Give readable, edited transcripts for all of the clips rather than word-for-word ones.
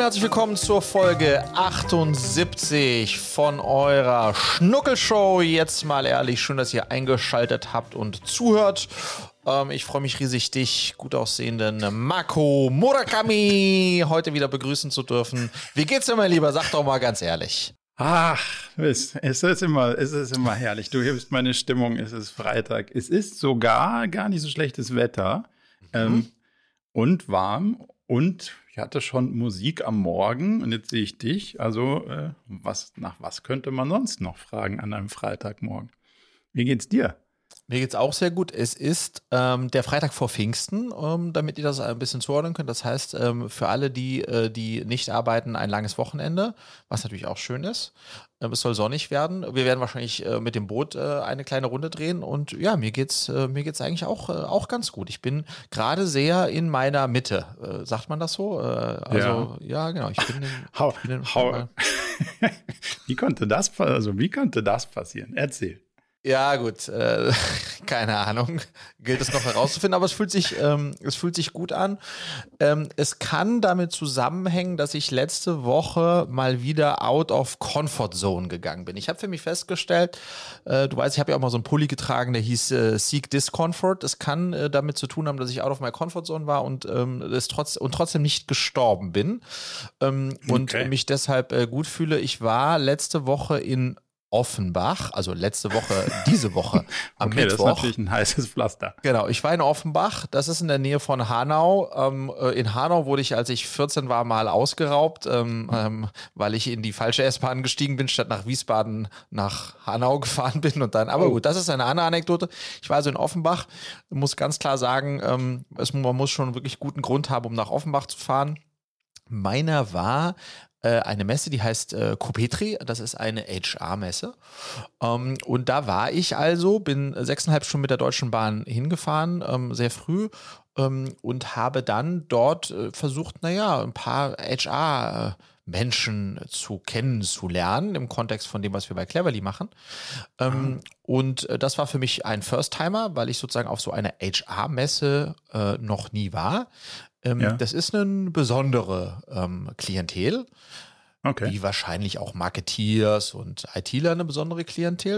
herzlich willkommen zur Folge 78 von eurer Schnuckelshow. Jetzt mal ehrlich, schön, dass ihr eingeschaltet habt und zuhört. Ich freue mich riesig, dich, gut aussehenden Mako Murakami, heute wieder begrüßen zu dürfen. Wie geht's dir, mein Lieber? Sag doch mal ganz ehrlich. Ach, es ist immer herrlich. Du hebst meine Stimmung, es ist Freitag. Es ist sogar gar nicht so schlechtes Wetter und warm. Und ich hatte schon Musik am Morgen und jetzt sehe ich dich. Also nach was könnte man sonst noch fragen an einem Freitagmorgen? Wie geht's dir? Mir geht's auch sehr gut. Es ist der Freitag vor Pfingsten, damit ihr das ein bisschen zuordnen könnt. Das heißt, für alle, die nicht arbeiten, ein langes Wochenende, was natürlich auch schön ist. Es soll sonnig werden. Wir werden wahrscheinlich mit dem Boot eine kleine Runde drehen. Und ja, mir geht's eigentlich auch ganz gut. Ich bin gerade sehr in meiner Mitte. Sagt man das so? Ja, genau. Ich bin Wie konnte das passieren? Erzähl. Ja, gut, keine Ahnung, gilt es noch herauszufinden, aber es fühlt sich gut an. Es kann damit zusammenhängen, dass ich letzte Woche mal wieder out of comfort zone gegangen bin. Ich habe für mich festgestellt, du weißt, ich habe ja auch mal so einen Pulli getragen, der hieß Seek Discomfort. Es kann damit zu tun haben, dass ich out of my comfort zone war und trotzdem nicht gestorben bin und mich deshalb gut fühle. Ich war letzte Woche in Offenbach, also diese Woche am Mittwoch. Das ist natürlich ein heißes Pflaster. Genau, ich war in Offenbach, das ist in der Nähe von Hanau. In Hanau wurde ich, als ich 14 war, mal ausgeraubt, weil ich in die falsche S-Bahn gestiegen bin, statt nach Wiesbaden nach Hanau gefahren bin und dann, aber gut, das ist eine andere Anekdote. Ich war also in Offenbach, muss ganz klar sagen, man muss schon wirklich guten Grund haben, um nach Offenbach zu fahren. Meiner war eine Messe, die heißt Copetri, das ist eine HR-Messe. Und da war ich also, bin 6,5 Stunden mit der Deutschen Bahn hingefahren, sehr früh, und habe dann dort versucht, ein paar HR-Menschen kennenzulernen, im Kontext von dem, was wir bei Cleverly machen. Und das war für mich ein First-Timer, weil ich sozusagen auf so einer HR-Messe noch nie war. Das ist eine besondere Klientel, wie wahrscheinlich auch Marketeers und ITler eine besondere Klientel.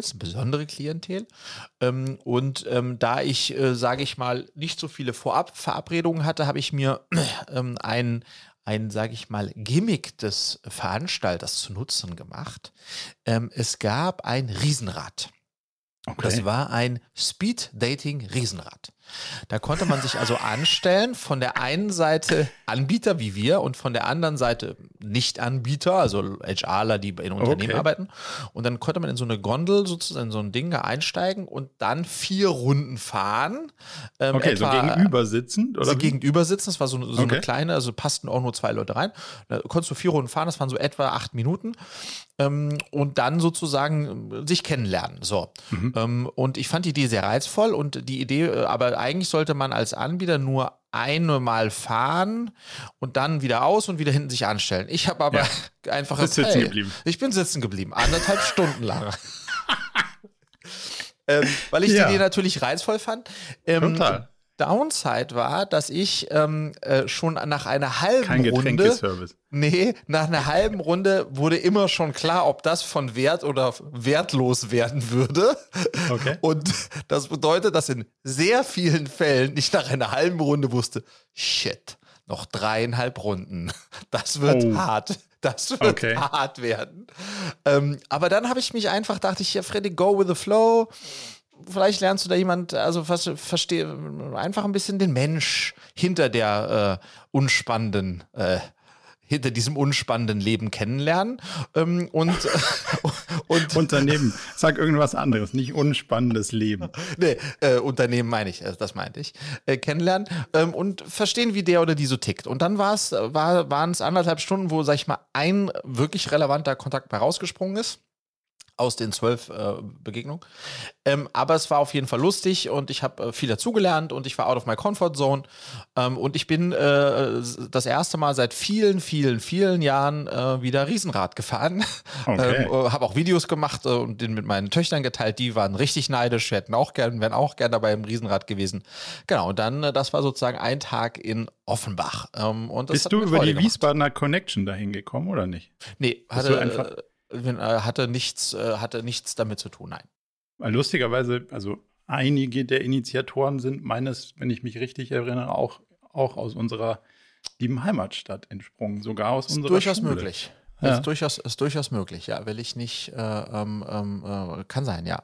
Da ich, sage ich mal, nicht so viele Vorab-Verabredungen hatte, habe ich mir ein sage ich mal, Gimmick des Veranstalters zu Nutzen gemacht. Es gab ein Riesenrad. Okay. Das war ein Speed-Dating-Riesenrad. Da konnte man sich also anstellen, von der einen Seite Anbieter wie wir und von der anderen Seite Nicht-Anbieter, also HRler, die in Unternehmen arbeiten. Und dann konnte man in so eine Gondel sozusagen, in so ein Ding einsteigen und dann 4 Runden fahren. So gegenüber sitzen? Oder gegenüber sitzen, das war so eine kleine, also passten auch nur 2 Leute rein. Da konntest du 4 Runden fahren, das waren so etwa 8 Minuten. Und dann sozusagen sich kennenlernen. So. Und ich fand die Idee sehr reizvoll und die Idee, aber eigentlich sollte man als Anbieter nur einmal fahren und dann wieder aus und wieder hinten sich anstellen. Ich habe aber einfach sitzen geblieben. Ich bin sitzen geblieben, 1,5 Stunden lang. Weil ich die Idee natürlich reizvoll fand. Total. Downside war, dass ich schon nach einer halben Kein Runde. Getränkeservice. Nee, nach einer halben Runde wurde immer schon klar, ob das von Wert oder wertlos werden würde. Okay. Und das bedeutet, dass in sehr vielen Fällen ich nach einer halben Runde wusste, shit, noch 3,5 Runden. Das wird hart. Das wird hart werden. Aber dann habe ich mich dachte ich, ja, Freddy, go with the flow. Vielleicht lernst du da jemand, also verstehe einfach ein bisschen den Mensch hinter der hinter diesem unspannenden Leben kennenlernen und Unternehmen, sag irgendwas anderes, nicht unspannendes Leben. Nee, Unternehmen meine ich, das meinte ich. Kennenlernen und verstehen, wie der oder die so tickt. Und dann waren es 1,5 Stunden, wo, sag ich mal, ein wirklich relevanter Kontakt bei rausgesprungen ist. aus den 12 Begegnungen. Aber es war auf jeden Fall lustig und ich habe viel dazugelernt und ich war out of my comfort zone. Und ich bin das erste Mal seit vielen, vielen, vielen Jahren wieder Riesenrad gefahren. Okay. Habe auch Videos gemacht und den mit meinen Töchtern geteilt. Die waren richtig neidisch, wären auch gern dabei im Riesenrad gewesen. Genau, und dann, das war sozusagen ein Tag in Offenbach. Und das Bist du über die Wiesbadener Connection dahin gekommen oder nicht? Nee, hatte nichts damit zu tun, nein. Weil lustigerweise, also einige der Initiatoren sind wenn ich mich richtig erinnere, auch aus unserer lieben Heimatstadt entsprungen, sogar aus unserer durchaus Schule. Möglich. Ja. Ist durchaus möglich, ja. Will ich nicht, kann sein, ja.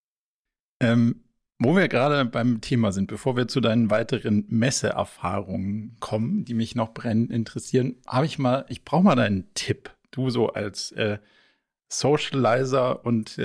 Wo wir gerade beim Thema sind, bevor wir zu deinen weiteren Messeerfahrungen kommen, die mich noch brennend interessieren, ich brauche mal deinen Tipp. Du so als Socializer und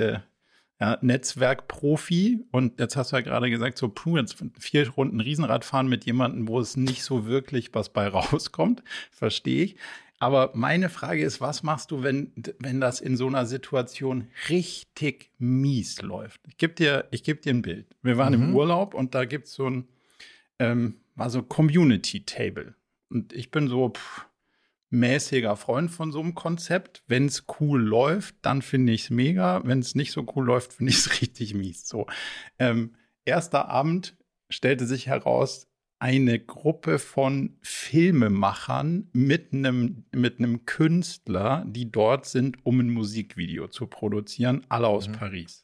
Netzwerkprofi. Und jetzt hast du ja gerade gesagt, so jetzt 4 Runden Riesenrad fahren mit jemandem, wo es nicht so wirklich was bei rauskommt. Verstehe ich. Aber meine Frage ist, was machst du, wenn das in so einer Situation richtig mies läuft? Ich geb dir ein Bild. Wir waren im Urlaub und da gibt es so ein Community-Table. Und ich bin so mäßiger Freund von so einem Konzept. Wenn es cool läuft, dann finde ich es mega. Wenn es nicht so cool läuft, finde ich es richtig mies. So, erster Abend stellte sich heraus, eine Gruppe von Filmemachern mit einem Künstler, die dort sind, um ein Musikvideo zu produzieren, alle aus Paris.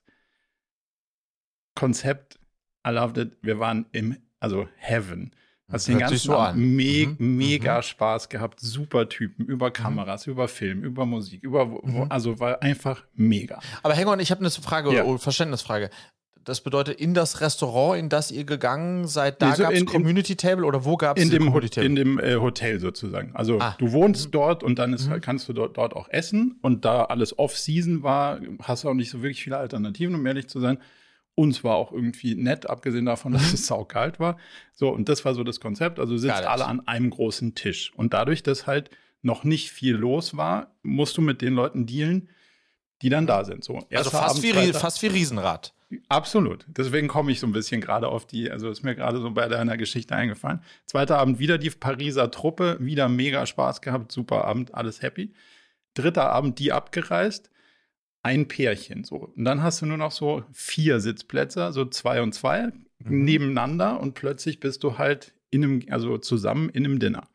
Konzept, I loved it. Wir waren Heaven. Hast den ganzen Abend mega Spaß gehabt, super Typen, über Kameras, über Film, über Musik, also war einfach mega. Aber Hengon, ich habe eine Frage oder Verständnisfrage. Das bedeutet, in das Restaurant, in das ihr gegangen seid, da gab es Community Table oder wo gab es Community Table? In dem Hotel sozusagen. Also du wohnst dort und dann kannst du dort auch essen. Und da alles Off-Season war, hast du auch nicht so wirklich viele Alternativen, um ehrlich zu sein. Uns war auch irgendwie nett, abgesehen davon, dass es saukalt war. So, und das war so das Konzept. Also sitzt alle an einem großen Tisch. Und dadurch, dass halt noch nicht viel los war, musst du mit den Leuten dealen, die dann da sind. So, also fast wie Riesenrad. Absolut. Deswegen komme ich so ein bisschen gerade auf ist mir gerade so bei deiner Geschichte eingefallen. Zweiter Abend wieder die Pariser Truppe, wieder mega Spaß gehabt, super Abend, alles happy. Dritter Abend die abgereist, ein Pärchen so. Und dann hast du nur noch so 4 Sitzplätze, so 2 und 2 nebeneinander und plötzlich bist du halt zusammen in einem Dinner.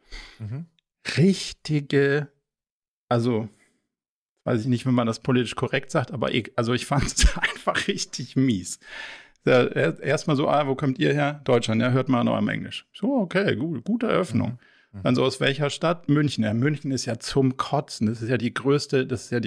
Richtige, weiß ich nicht, wenn man das politisch korrekt sagt, aber ich fand es einfach richtig mies. Ja, erstmal so, wo kommt ihr her? Deutschland, ja, hört mal noch am Englisch. So, okay, gute Eröffnung. Dann so, aus welcher Stadt? München. Ja, München ist ja zum Kotzen. Das ist ja die größte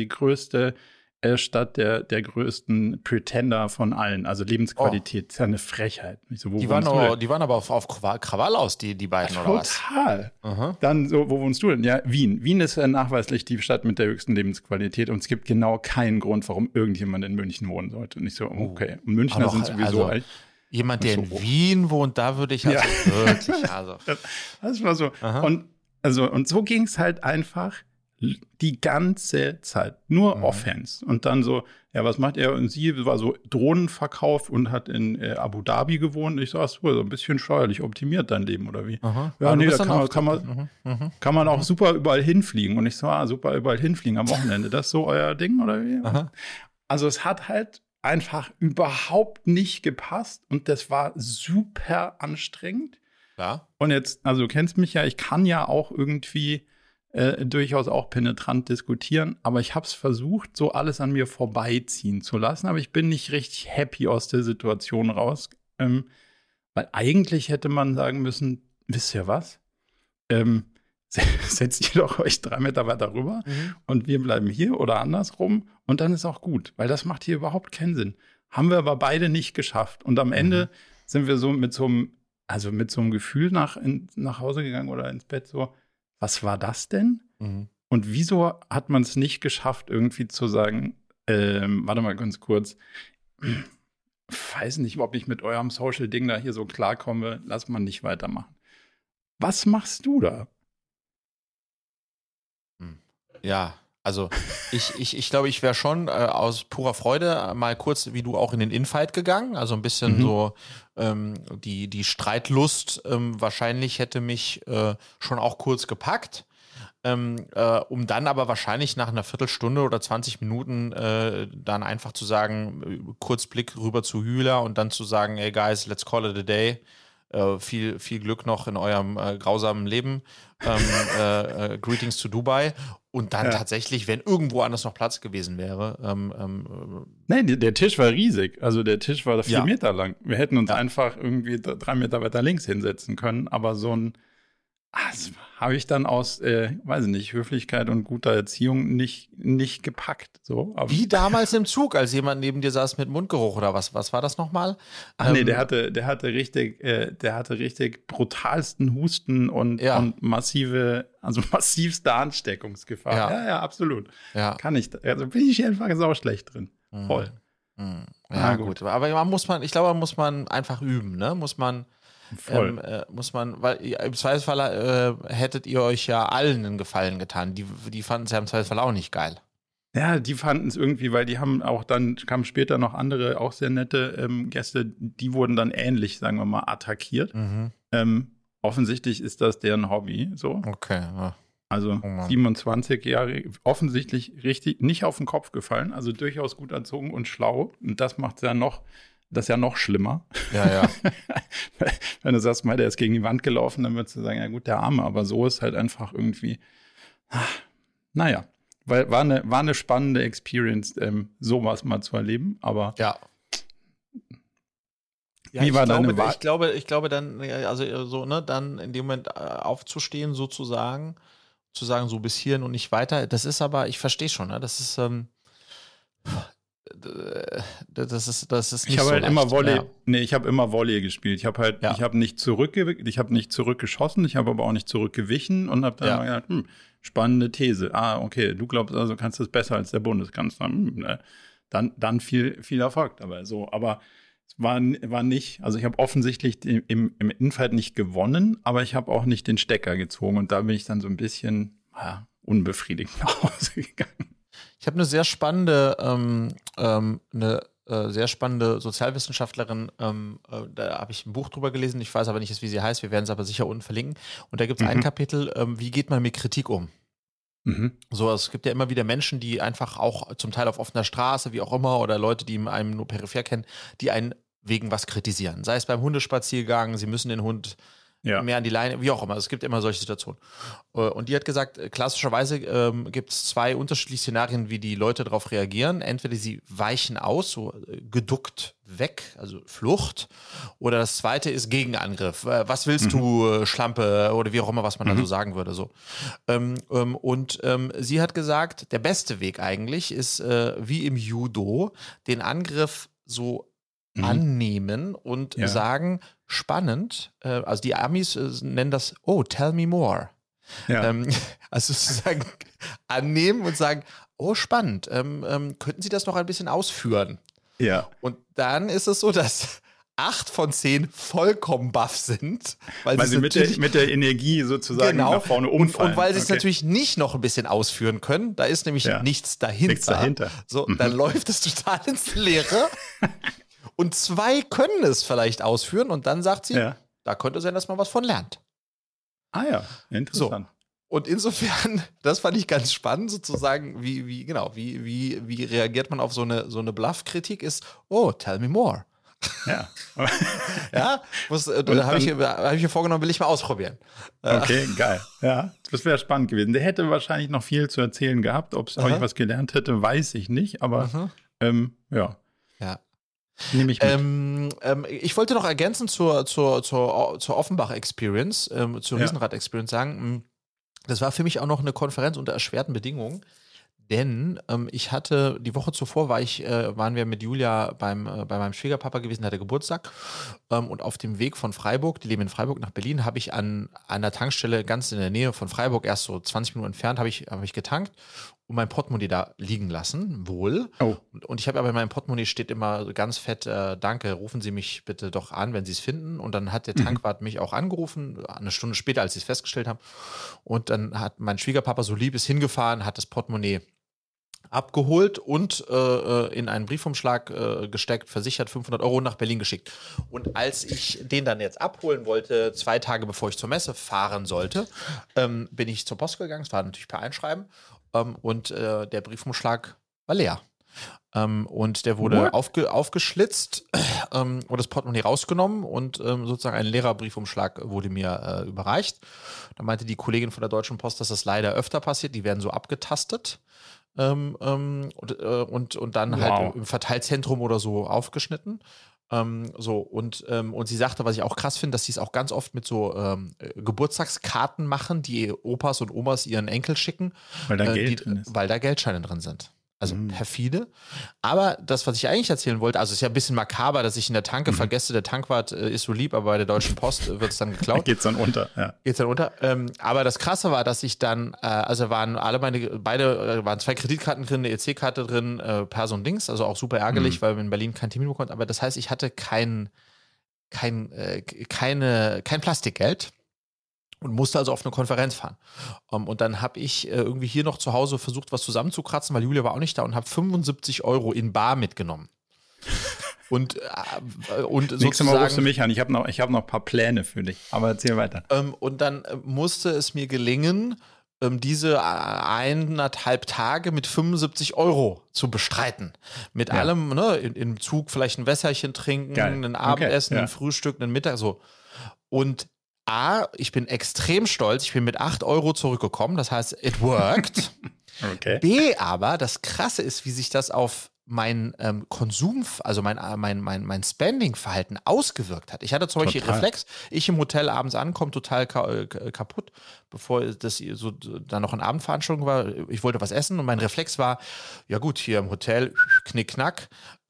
Stadt der größten Pretender von allen. Also Lebensqualität, ist ja eine Frechheit. So, die waren aber auf Krawall aus, die beiden, oder was? Total. Dann so, wo wohnst du denn? Ja, Wien. Wien ist nachweislich die Stadt mit der höchsten Lebensqualität und es gibt genau keinen Grund, warum irgendjemand in München wohnen sollte. Und ich so, okay. Und Münchner sind sowieso jemand, der in Wien wohnt, da würde ich wirklich, Das war so. Und so ging es halt einfach die ganze Zeit. Nur Offense. Und dann so, ja, was macht er? Und sie war so Drohnenverkauf und hat in Abu Dhabi gewohnt. Ich sag, so ein bisschen steuerlich optimiert dein Leben, oder wie? Ja, nee, da kann man auch super überall hinfliegen. Und ich so, super überall hinfliegen am Wochenende. Das ist so euer Ding, oder wie? Also es hat halt einfach überhaupt nicht gepasst und das war super anstrengend. Ja. Und jetzt, also du kennst mich ja, ich kann ja auch irgendwie durchaus auch penetrant diskutieren, aber ich habe es versucht, so alles an mir vorbeiziehen zu lassen, aber ich bin nicht richtig happy aus der Situation raus, weil eigentlich hätte man sagen müssen, wisst ihr was? Setzt ihr doch euch 3 Meter weiter rüber und wir bleiben hier oder andersrum und dann ist auch gut, weil das macht hier überhaupt keinen Sinn. Haben wir aber beide nicht geschafft und am Ende sind wir so mit so einem Gefühl nach Hause gegangen oder ins Bett so, was war das denn? Und wieso hat man es nicht geschafft, irgendwie zu sagen, warte mal ganz kurz, weiß nicht, ob ich mit eurem Social-Ding da hier so klarkomme, lass mal nicht weitermachen. Was machst du da? Ja, Also ich glaube, ich wäre schon aus purer Freude mal kurz, wie du, auch in den Infight gegangen. Also ein bisschen so die Streitlust wahrscheinlich hätte mich schon auch kurz gepackt. Um dann aber wahrscheinlich nach einer Viertelstunde oder 20 Minuten dann einfach zu sagen, kurz Blick rüber zu Hühler und dann zu sagen, hey guys, let's call it a day. Viel Glück noch in eurem grausamen Leben. Greetings to Dubai. Und dann tatsächlich, wenn irgendwo anders noch Platz gewesen wäre. Nein, der Tisch war riesig. Also der Tisch war 4 Meter lang. Wir hätten uns einfach irgendwie 3 Meter weiter links hinsetzen können. Aber so ein, das habe ich dann aus, weiß ich nicht, Höflichkeit und guter Erziehung nicht gepackt. So. Aber wie damals im Zug, als jemand neben dir saß mit Mundgeruch oder was war das nochmal? Ach nee, der hatte richtig brutalsten Husten und massivste Ansteckungsgefahr. Ja, absolut. Ja. Kann ich, also bin ich einfach sau schlecht drin. Voll. Ja, gut. Aber ich glaube, man muss einfach üben, ne? Voll. Weil im Zweifelsfall hättet ihr euch ja allen einen Gefallen getan. Die fanden es ja im Zweifelsfall auch nicht geil. Ja, die fanden es irgendwie, weil die haben auch dann, kamen später noch andere, auch sehr nette Gäste, die wurden dann ähnlich, sagen wir mal, attackiert. Offensichtlich ist das deren Hobby, so. Okay, ja. Also 27 Jahre, offensichtlich richtig nicht auf den Kopf gefallen, also durchaus gut erzogen und schlau. Und das macht das ja noch schlimmer. Ja. Wenn du sagst, mal, der ist gegen die Wand gelaufen, dann würdest du sagen, ja gut, der Arme, aber so ist halt einfach irgendwie, naja, weil war eine spannende Experience, sowas mal zu erleben, aber ja. Wie war deine Wahl? Ich glaube dann, also so, ne, dann in dem Moment aufzustehen sozusagen, zu sagen, so bis hierhin und nicht weiter, das ist aber, ich verstehe schon, ne, das ist nicht ich habe so halt leicht. immer Volley, ich habe immer Volley gespielt. Ich habe nicht zurückgeschossen, ich habe aber auch nicht zurückgewichen und habe dann gedacht, spannende These. Okay, du glaubst also, kannst das besser als der Bundeskanzler. Dann viel Erfolg dabei. So, aber es war nicht, also ich habe offensichtlich im Infight nicht gewonnen, aber ich habe auch nicht den Stecker gezogen und da bin ich dann so ein bisschen unbefriedigt nach Hause gegangen. Ich habe eine sehr spannende Sozialwissenschaftlerin, da habe ich ein Buch drüber gelesen, ich weiß aber nicht, wie sie heißt, wir werden es aber sicher unten verlinken. Und da gibt es ein Kapitel, wie geht man mit Kritik um? So, es gibt ja immer wieder Menschen, die einfach auch zum Teil auf offener Straße, wie auch immer, oder Leute, die einen nur peripher kennen, die einen wegen was kritisieren. Sei es beim Hundespaziergang, sie müssen den Hund mehr an die Leine, wie auch immer. Es gibt immer solche Situationen. Und die hat gesagt, klassischerweise gibt es 2 unterschiedliche Szenarien, wie die Leute darauf reagieren. Entweder sie weichen aus, so geduckt weg, also Flucht. Oder das zweite ist Gegenangriff. Was willst du, Schlampe? Oder wie auch immer, was man da so sagen würde. So. Und sie hat gesagt, der beste Weg eigentlich ist, wie im Judo, den Angriff so annehmen und sagen, spannend, also die Amis nennen das, tell me more. Also sozusagen annehmen und sagen, spannend, könnten Sie das noch ein bisschen ausführen? Ja. Und dann ist es so, dass 8 von 10 vollkommen baff sind. Weil sie mit der Energie sozusagen nach vorne umfallen. Und weil sie es natürlich nicht noch ein bisschen ausführen können, da ist nämlich nichts dahinter. So, dann läuft es total ins Leere. Und 2 können es vielleicht ausführen und dann sagt sie, da könnte sein, dass man was von lernt. Ah ja, interessant. So. Und insofern, das fand ich ganz spannend, sozusagen, wie reagiert man auf so eine Bluff-Kritik ist, tell me more. Ja. Da habe ich mir vorgenommen, will ich mal ausprobieren. Okay, geil. Ja, das wäre spannend gewesen. Der hätte wahrscheinlich noch viel zu erzählen gehabt. Ob ich was gelernt hätte, weiß ich nicht, aber Ja. Nehme ich mit. Ich wollte noch ergänzen zur Offenbach-Experience, zur Riesenrad-Experience sagen, das war für mich auch noch eine Konferenz unter erschwerten Bedingungen, denn ich hatte, die Woche zuvor waren wir mit Julia bei meinem Schwiegerpapa gewesen, der hatte Geburtstag, und auf dem Weg von Freiburg, die leben in Freiburg, nach Berlin, habe ich an einer Tankstelle ganz in der Nähe von Freiburg, erst so 20 Minuten entfernt, habe ich getankt und mein Portemonnaie da liegen lassen, wohl. Oh. Und ich habe aber in meinem Portemonnaie steht immer ganz fett, danke, rufen Sie mich bitte doch an, wenn Sie es finden. Und dann hat der Tankwart mich auch angerufen, eine Stunde später, als Sie es festgestellt haben. Und dann hat mein Schwiegerpapa so lieb ist hingefahren, hat das Portemonnaie abgeholt und in einen Briefumschlag gesteckt, versichert, 500 Euro nach Berlin geschickt. Und als ich den dann jetzt abholen wollte, 2 Tage bevor ich zur Messe fahren sollte, bin ich zur Post gegangen. Es war natürlich per Einschreiben. Und der Briefumschlag war leer. Und der wurde aufgeschlitzt und das Portemonnaie rausgenommen und sozusagen ein leerer Briefumschlag wurde mir überreicht. Da meinte die Kollegin von der Deutschen Post, dass das leider öfter passiert. Die werden so abgetastet und dann halt im Verteilzentrum oder so aufgeschnitten. Und sie sagte, was ich auch krass finde, dass sie es auch ganz oft mit so Geburtstagskarten machen, die Opas und Omas ihren Enkel schicken. Weil da Geld drin ist. Weil da Geldscheine drin sind. Also perfide. Aber das, was ich eigentlich erzählen wollte, also es ist ja ein bisschen makaber, dass ich in der Tanke vergesse, der Tankwart ist so lieb, aber bei der Deutschen Post wird es dann geklaut. Geht's dann unter, ja. Geht's dann unter. Aber das Krasse war, dass ich dann, also waren waren 2 Kreditkarten drin, eine EC-Karte drin, Perso und Dings, also auch super ärgerlich, weil man in Berlin keinen Termin bekommt. Aber das heißt, ich hatte kein Plastikgeld. Und musste also auf eine Konferenz fahren. Und dann habe ich irgendwie hier noch zu Hause versucht, was zusammenzukratzen, weil Julia war auch nicht da und habe 75 Euro in bar mitgenommen. Und Nächstes Mal rufst du mich an, ich hab noch ein paar Pläne für dich, aber erzähl weiter. Und dann musste es mir gelingen, diese 1,5 Tage mit 75 Euro zu bestreiten. Mit allem, ne, im Zug vielleicht ein Wässerchen trinken, ein Abendessen, ein Frühstück, ein Mittag, so. Und ich bin extrem stolz, ich bin mit 8 Euro zurückgekommen, das heißt, it worked. Okay. B, aber das Krasse ist, wie sich das auf mein Konsum, also mein Spending-Verhalten ausgewirkt hat. Ich hatte zum Beispiel Reflex, ich im Hotel abends ankomme, total kaputt, bevor das so dann noch eine Abendveranstaltung war. Ich wollte was essen und mein Reflex war, ja gut, hier im Hotel, knick-knack,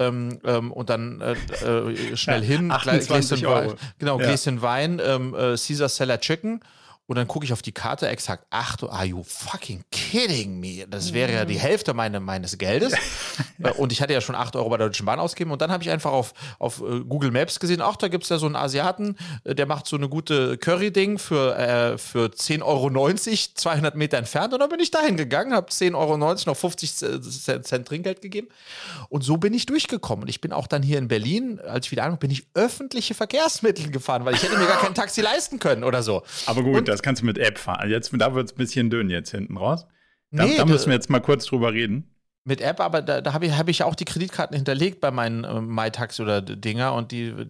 und dann schnell hin, Gläschen Wein, Gläschen Wein, Caesar Salad Chicken. Und dann gucke ich auf die Karte, exakt 8, are you fucking kidding me? Das wäre ja die Hälfte meines Geldes. Und ich hatte ja schon 8 Euro bei der Deutschen Bahn ausgegeben. Und dann habe ich einfach auf Google Maps gesehen, da gibt es ja so einen Asiaten, der macht so eine gute Curry-Ding für 10,90 Euro, 200 Meter entfernt. Und dann bin ich dahin gegangen, habe 10,90 Euro, noch 50 Cent Trinkgeld gegeben. Und so bin ich durchgekommen. Und ich bin auch dann hier in Berlin, als ich wieder ankomme, bin ich öffentliche Verkehrsmittel gefahren, weil ich hätte mir gar kein Taxi leisten können oder so. Aber gut, das kannst du mit App fahren. Da wird es ein bisschen dünn jetzt hinten raus. Da müssen wir jetzt mal kurz drüber reden. Mit App, aber da hab ich ja auch die Kreditkarten hinterlegt bei meinen MyTaxi oder Dinger und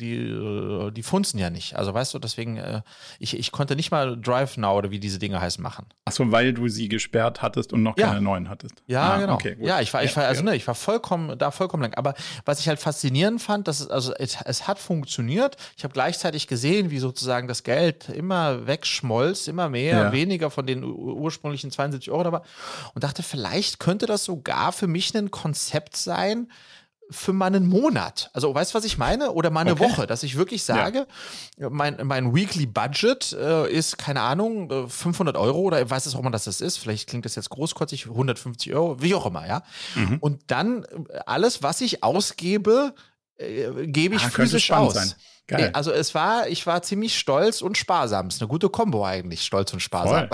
die funzen ja nicht. Also weißt du, deswegen, ich konnte nicht mal Drive Now oder wie diese Dinge heißen machen. Achso, weil du sie gesperrt hattest und noch keine neuen hattest. Ja, genau. Okay, gut. Ja, ich war vollkommen lang. Aber was ich halt faszinierend fand, es hat funktioniert. Ich habe gleichzeitig gesehen, wie sozusagen das Geld immer wegschmolz, immer mehr, weniger von den ursprünglichen 72 Euro da war. Und dachte, vielleicht könnte das sogar für mich ein Konzept sein für mal einen Monat. Also weißt du, was ich meine? Oder mal eine Woche, dass ich wirklich sage, mein Weekly Budget ist, keine Ahnung, 500 Euro oder ich weiß es auch immer, dass das ist. Vielleicht klingt das jetzt großkotzig, 150 Euro, wie auch immer, ja. Mhm. Und dann alles, was ich ausgebe, gebe ich physisch aus. Sein. Geil. Nee, also ich war ziemlich stolz und sparsam. Ist eine gute Kombo eigentlich, stolz und sparsam.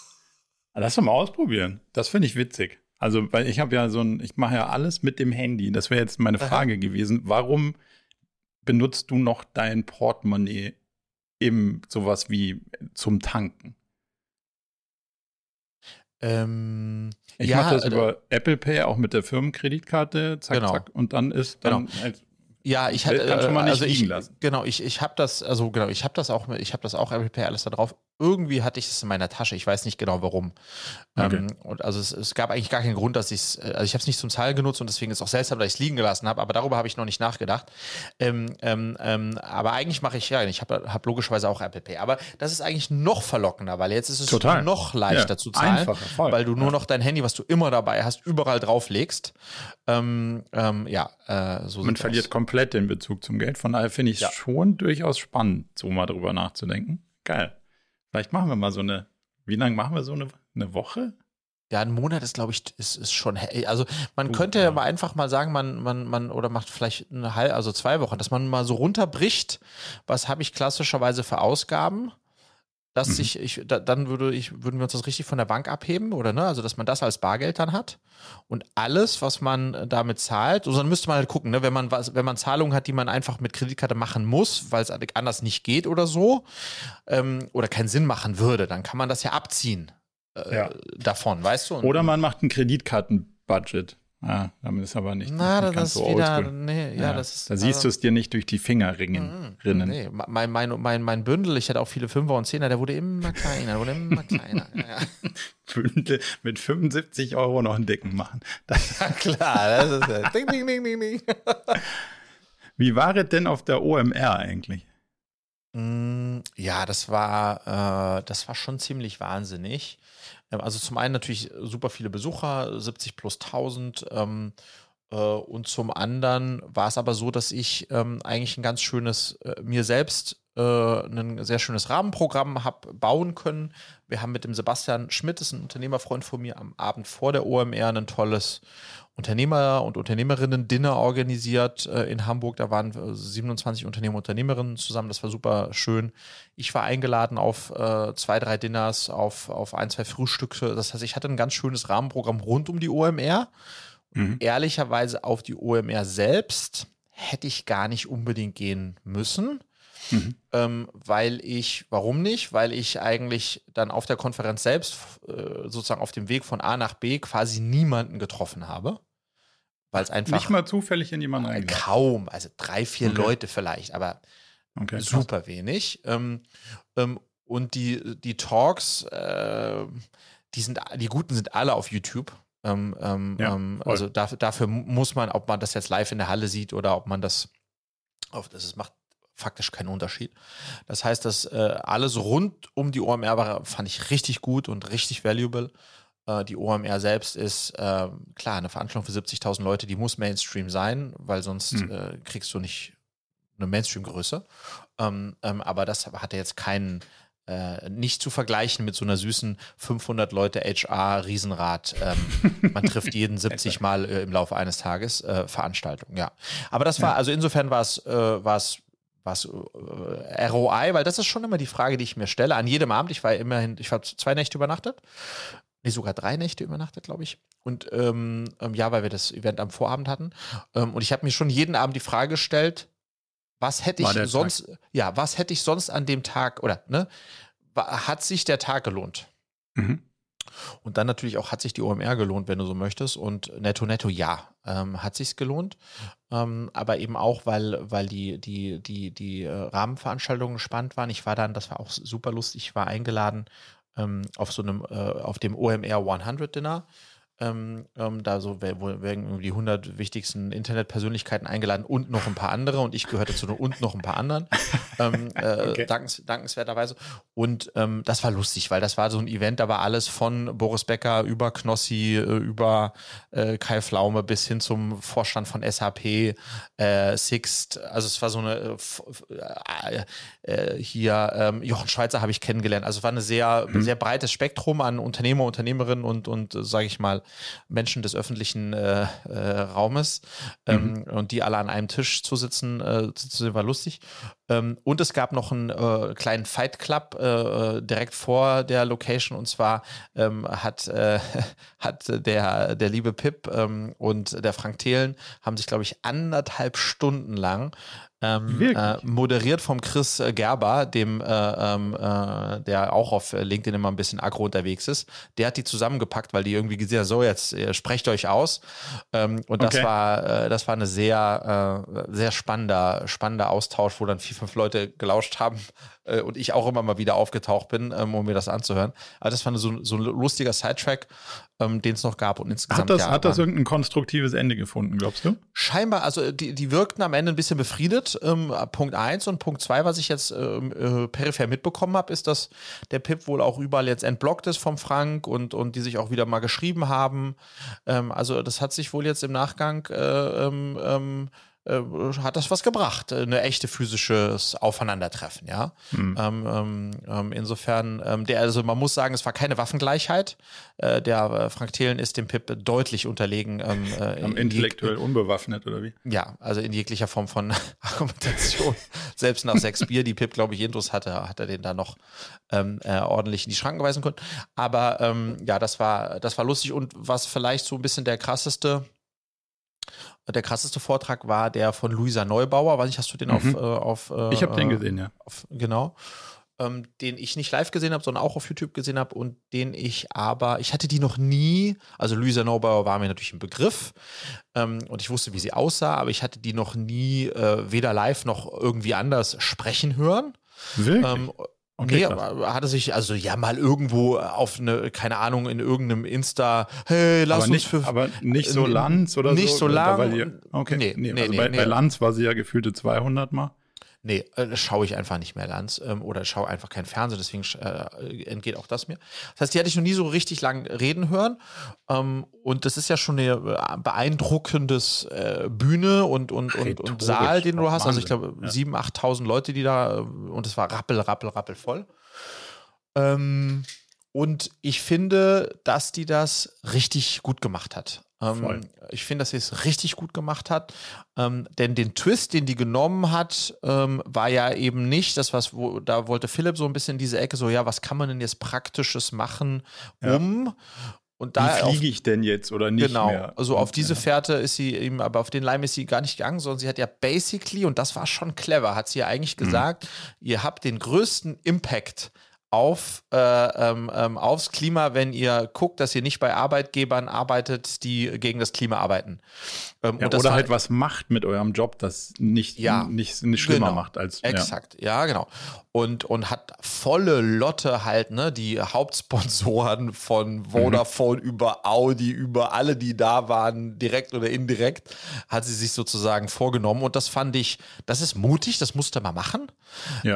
Lass doch mal ausprobieren. Das finde ich witzig. Also, weil ich mache ja alles mit dem Handy. Das wäre jetzt meine Frage gewesen. Warum benutzt du noch dein Portemonnaie im sowas wie zum Tanken? Ich mache das über Apple Pay, auch mit der Firmenkreditkarte, zack, zack. Und dann ist dann ja, ich hatte schon mal nicht liegen lassen. Genau, ich habe das auch Apple Pay alles da drauf. Irgendwie hatte ich es in meiner Tasche. Ich weiß nicht genau warum. Okay. Und also es gab eigentlich gar keinen Grund, dass ich habe es nicht zum Zahlen genutzt und deswegen ist es auch seltsam, dass ich es liegen gelassen habe. Aber darüber habe ich noch nicht nachgedacht. Aber eigentlich mache ich ich habe logischerweise auch Apple Pay. Aber das ist eigentlich noch verlockender, weil jetzt ist es noch leichter zu zahlen, einfacher, voll. weil du nur noch dein Handy, was du immer dabei hast, überall drauflegst. So Man verliert komplett den Bezug zum Geld. Von daher finde ich es schon durchaus spannend, so mal drüber nachzudenken. Geil. Vielleicht machen wir mal wie lange machen wir so eine Woche? Ja, ein Monat ist, glaube ich, ist schon, also man könnte ja mal einfach mal sagen, man oder macht vielleicht 2 Wochen, dass man mal so runterbricht, was habe ich klassischerweise für Ausgaben dass dann würden wir uns das richtig von der Bank abheben, oder ne? Also, dass man das als Bargeld dann hat. Und alles, was man damit zahlt, also dann müsste man halt gucken, ne? Wenn man Zahlungen hat, die man einfach mit Kreditkarte machen muss, weil es anders nicht geht oder so, oder keinen Sinn machen würde, dann kann man das ja abziehen davon, weißt du? Oder man macht ein Kreditkartenbudget. Damit ist aber nicht das so ist wieder, oldschool. das ist. Da siehst du es dir nicht durch die Finger rinnen. Nee, mein Bündel, ich hatte auch viele Fünfer und Zehner, der wurde immer kleiner, Ja. Bündel mit 75 € noch einen dicken machen. Ja, klar, das ist ding, ding, ding, ding, ding. Wie war es denn auf der OMR eigentlich? Ja, das war schon ziemlich wahnsinnig. Also zum einen natürlich super viele Besucher, 70 plus 1000. Und zum anderen war es aber so, dass ich eigentlich ein ganz schönes, mir selbst ein sehr schönes Rahmenprogramm habe bauen können. Wir haben mit dem Sebastian Schmidt, das ist ein Unternehmerfreund von mir, am Abend vor der OMR ein tolles Unternehmer- und Unternehmerinnen-Dinner organisiert in Hamburg. Da waren 27 Unternehmer und Unternehmerinnen zusammen. Das war super schön. Ich war eingeladen auf 2, 3 Dinners, auf 1, 2 Frühstücke. Das heißt, ich hatte ein ganz schönes Rahmenprogramm rund um die OMR. Ehrlicherweise auf die OMR selbst hätte ich gar nicht unbedingt gehen müssen. Warum nicht? Weil ich eigentlich dann auf der Konferenz selbst sozusagen auf dem Weg von A nach B quasi niemanden getroffen habe. Weil es einfach. Nicht mal zufällig in jemanden reingeladen? Kaum, also 3, 4 Leute vielleicht, aber super wenig. Und die Talks, die guten sind alle auf YouTube. Also dafür muss man, ob man das jetzt live in der Halle sieht oder ob man das macht faktisch keinen Unterschied. Das heißt, dass alles rund um die OMR war, fand ich richtig gut und richtig valuable. Die OMR selbst ist, klar, eine Veranstaltung für 70.000 Leute, die muss Mainstream sein, weil sonst kriegst du nicht eine Mainstream-Größe. Aber das hatte jetzt keinen nicht zu vergleichen mit so einer süßen 500 Leute HR-Riesenrad. Man trifft jeden 70 Mal im Laufe eines Tages Veranstaltung, ja. Aber das war, also insofern war es ROI, weil das ist schon immer die Frage, die ich mir stelle. An jedem Abend, ich war 2 Nächte übernachtet. Nee, sogar 3 Nächte übernachtet, glaube ich. Und weil wir das Event am Vorabend hatten. Und ich habe mir schon jeden Abend die Frage gestellt, was hätte ich sonst an dem Tag, oder ne, hat sich der Tag gelohnt? Und dann natürlich auch, hat sich die OMR gelohnt, wenn du so möchtest. Und netto, ja, hat sich's gelohnt. Aber eben auch, weil die Rahmenveranstaltungen spannend waren. Das war auch super lustig, ich war eingeladen auf dem OMR 100 Dinner. Da werden die 100 wichtigsten Internetpersönlichkeiten eingeladen und noch ein paar andere, und ich gehörte zu und noch ein paar anderen, dankenswerterweise. Und das war lustig, weil das war so ein Event, da war alles von Boris Becker über Knossi, über Kai Pflaume bis hin zum Vorstand von SAP, Sixt. Also es war so eine Jochen Schweizer habe ich kennengelernt. Also es war ein sehr breites Spektrum an Unternehmer, Unternehmerinnen und sage ich mal, Menschen des öffentlichen Raumes, und die alle an einem Tisch zu sitzen, war lustig. Und es gab noch einen kleinen Fight Club direkt vor der Location, und zwar hat der liebe Pip und der Frank Thelen haben sich, glaube ich, 1,5 Stunden lang moderiert vom Chris Gerber, der auch auf LinkedIn immer ein bisschen aggro unterwegs ist. Der hat die zusammengepackt, weil die irgendwie gesehen haben, so, jetzt sprecht euch aus. Und das war eine sehr, sehr spannender Austausch, wo dann 4, 5 Leute gelauscht haben und ich auch immer mal wieder aufgetaucht bin, um mir das anzuhören. Also das war so ein lustiger Sidetrack, den es noch gab. Und insgesamt hat das irgendein konstruktives Ende gefunden, glaubst du? Scheinbar, also die wirkten am Ende ein bisschen befriedet. Punkt 1 und Punkt 2, was ich jetzt peripher mitbekommen habe, ist, dass der Pip wohl auch überall jetzt entblockt ist vom Frank und die sich auch wieder mal geschrieben haben. Also das hat sich wohl jetzt im Nachgang hat das was gebracht, eine echte physisches Aufeinandertreffen, ja. Insofern, also man muss sagen, es war keine Waffengleichheit. Der Frank Thelen ist dem Pip deutlich unterlegen. Intellektuell unbewaffnet, oder wie? Ja, also in jeglicher Form von Argumentation. Selbst nach 6 Bier, die Pip, glaube ich, intus hatte, hat er den da noch ordentlich in die Schranken weisen können. Aber ja, das war lustig und was vielleicht so ein bisschen der krasseste Vortrag war der von Luisa Neubauer. Weiß nicht, hast du den auf ich habe den gesehen, ja. Genau. Den ich nicht live gesehen habe, sondern auch auf YouTube gesehen habe und ich hatte die noch nie, also Luisa Neubauer war mir natürlich ein Begriff und ich wusste, wie sie aussah, aber ich hatte die noch nie weder live noch irgendwie anders sprechen hören. Wirklich? Okay, nee, hatte sich also ja mal irgendwo auf keine Ahnung, in irgendeinem Insta, hey, lass uns für. Aber nicht so Lanz oder nicht so? Nicht so lang. Okay, bei Lanz war sie ja gefühlte 200 Mal. Nee, schaue ich einfach nicht mehr Lanz oder schaue einfach kein Fernsehen, deswegen entgeht auch das mir. Das heißt, die hatte ich noch nie so richtig lang reden hören und das ist ja schon eine beeindruckendes Bühne und Saal, den du hast. Also ich glaube 7.000, 8.000 Leute, die da und es war rappel voll. Und ich finde, dass die das richtig gut gemacht hat. Ich finde, dass sie es richtig gut gemacht hat, denn den Twist, den die genommen hat, war ja eben nicht das, da wollte Philipp so ein bisschen in diese Ecke so, ja, was kann man denn jetzt Praktisches machen, und da wie fliege ich denn jetzt oder nicht genau, mehr? Also auf diese Fährte ist sie eben, aber auf den Leim ist sie gar nicht gegangen, sondern sie hat ja basically, und das war schon clever, hat sie ja eigentlich gesagt, ihr habt den größten Impact aufs Klima, wenn ihr guckt, dass ihr nicht bei Arbeitgebern arbeitet, die gegen das Klima arbeiten. Oder halt was macht mit eurem Job, das nicht schlimmer macht als. Exakt, ja, genau. Und hat volle Lotte halt, ne, die Hauptsponsoren von Vodafone über Audi, über alle, die da waren, direkt oder indirekt, hat sie sich sozusagen vorgenommen. Und das fand ich, das ist mutig, das musste man machen. Ja.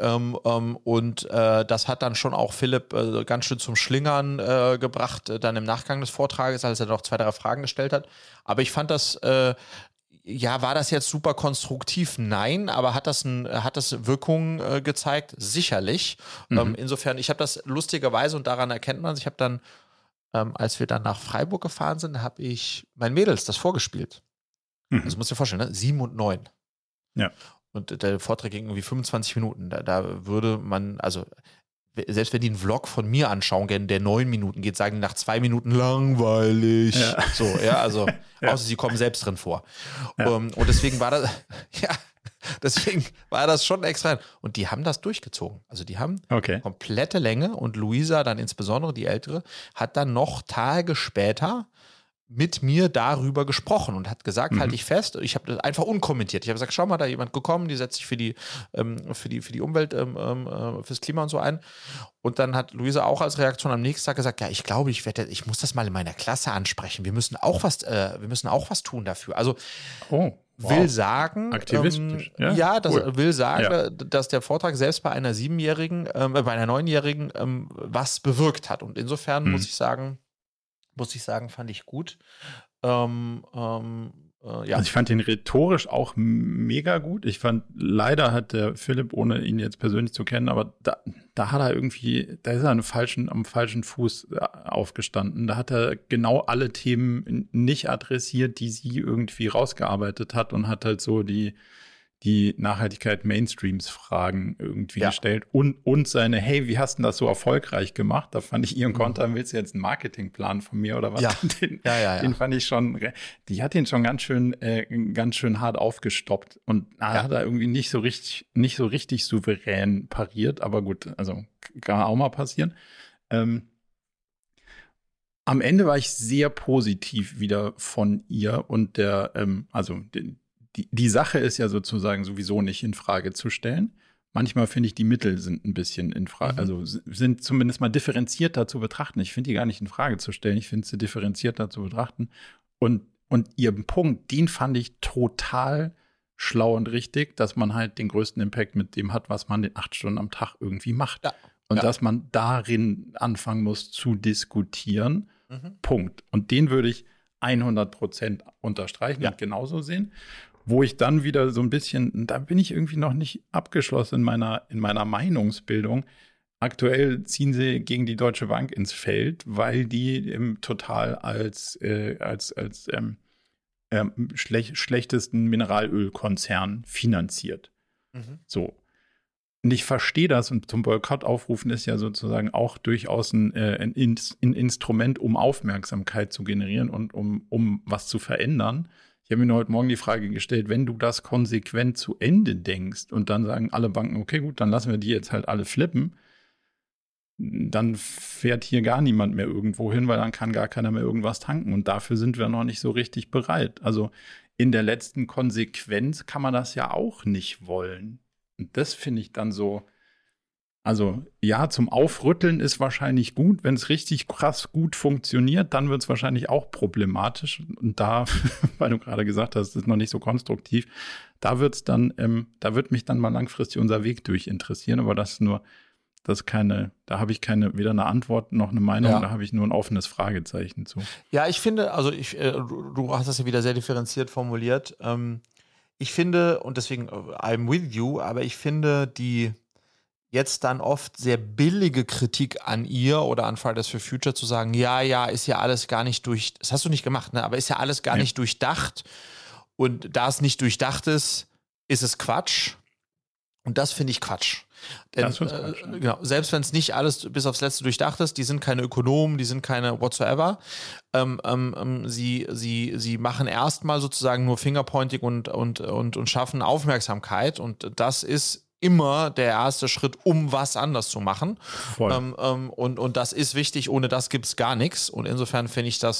Das hat dann schon auch Philipp ganz schön zum Schlingern gebracht, dann im Nachgang des Vortrages, als er noch 2, 3 Fragen gestellt hat. Aber ich fand das, war das jetzt super konstruktiv? Nein, aber hat das Wirkung gezeigt? Sicherlich. Insofern, ich habe das lustigerweise, und daran erkennt man es, ich habe dann, als wir dann nach Freiburg gefahren sind, habe ich meinen Mädels das vorgespielt. Also musst du dir vorstellen, ne? 7 und 9. Ja. Und der Vortrag ging irgendwie 25 Minuten. Da würde man, also selbst wenn die einen Vlog von mir anschauen, der 9 Minuten geht, sagen die nach 2 Minuten langweilig. Ja. So, ja, also außer sie kommen selbst drin vor. Ja. Und deswegen war das, schon extra. Und die haben das durchgezogen. Also die haben komplette Länge und Luisa dann insbesondere, die Ältere, hat dann noch Tage später mit mir darüber gesprochen und hat gesagt, halte ich fest, ich habe das einfach unkommentiert. Ich habe gesagt, schau mal, da jemand gekommen, die setzt sich für die Umwelt, fürs Klima und so ein. Und dann hat Luisa auch als Reaktion am nächsten Tag gesagt, ja, ich glaube, ich muss das mal in meiner Klasse ansprechen. Wir müssen auch was tun dafür. Also will sagen, aktivistisch. Will sagen, dass der Vortrag selbst bei einer 7-Jährigen, bei einer 9-Jährigen was bewirkt hat. Und insofern muss ich sagen, fand ich gut. Also ich fand den rhetorisch auch mega gut. Ich fand, leider hat der Philipp, ohne ihn jetzt persönlich zu kennen, aber da hat er irgendwie, da ist er am falschen Fuß aufgestanden. Da hat er genau alle Themen nicht adressiert, die sie irgendwie rausgearbeitet hat und hat halt so die Nachhaltigkeit Mainstreams-Fragen irgendwie gestellt und seine, hey, wie hast du das so erfolgreich gemacht? Da fand ich ihren Konter, willst du jetzt einen Marketingplan von mir oder was? Ja. Den fand ich schon, die hat den schon ganz schön hart aufgestoppt und hat er irgendwie nicht so richtig souverän pariert, aber gut, also kann auch mal passieren. Am Ende war ich sehr positiv wieder von ihr und die Sache ist ja sozusagen sowieso nicht in Frage zu stellen. Manchmal finde ich, die Mittel sind ein bisschen in Frage, also sind zumindest mal differenzierter zu betrachten. Ich finde die gar nicht in Frage zu stellen. Ich finde sie differenzierter zu betrachten. Und ihren Punkt, den fand ich total schlau und richtig, dass man halt den größten Impact mit dem hat, was man in 8 Stunden am Tag irgendwie macht. Ja. Und dass man darin anfangen muss zu diskutieren. Punkt. Und den würde ich 100% unterstreichen und genauso sehen. wo ich dann wieder so ein bisschen, da bin ich irgendwie noch nicht abgeschlossen in meiner Meinungsbildung. Aktuell ziehen sie gegen die Deutsche Bank ins Feld, weil die total als schlechtesten Mineralölkonzern finanziert. Mhm. So. Und ich verstehe das, und zum Boykott aufrufen ist ja sozusagen auch durchaus ein Instrument, um Aufmerksamkeit zu generieren und um was zu verändern. Ich habe mir heute Morgen die Frage gestellt, wenn du das konsequent zu Ende denkst und dann sagen alle Banken, okay, gut, dann lassen wir die jetzt halt alle flippen, dann fährt hier gar niemand mehr irgendwo hin, weil dann kann gar keiner mehr irgendwas tanken. Und dafür sind wir noch nicht so richtig bereit. Also in der letzten Konsequenz kann man das ja auch nicht wollen. Und das finde ich dann so, also ja, zum Aufrütteln ist wahrscheinlich gut. Wenn es richtig krass gut funktioniert, dann wird es wahrscheinlich auch problematisch. Und da, weil du gerade gesagt hast, das ist noch nicht so konstruktiv, da wird mich dann mal langfristig unser Weg durch interessieren. Aber das ist nur, da habe ich weder eine Antwort noch eine Meinung, da habe ich nur ein offenes Fragezeichen zu. Ja, ich finde, also du hast das ja wieder sehr differenziert formuliert. Ich finde, und deswegen I'm with you, aber ich finde die jetzt dann oft sehr billige Kritik an ihr oder an Fridays for Future zu sagen, ja, ist ja alles gar nicht das hast du nicht gemacht, ne? Aber ist ja alles gar nicht durchdacht. Und da es nicht durchdacht ist es Quatsch. Und das finde ich Quatsch. Denn, Quatsch, ne? Genau, selbst wenn es nicht alles bis aufs Letzte durchdacht ist, die sind keine Ökonomen, die sind keine whatsoever. Sie machen erstmal sozusagen nur Fingerpointing und schaffen Aufmerksamkeit. Und das ist immer der erste Schritt, um was anders zu machen. Voll. Und das ist wichtig, ohne das gibt es gar nichts. Und insofern finde ich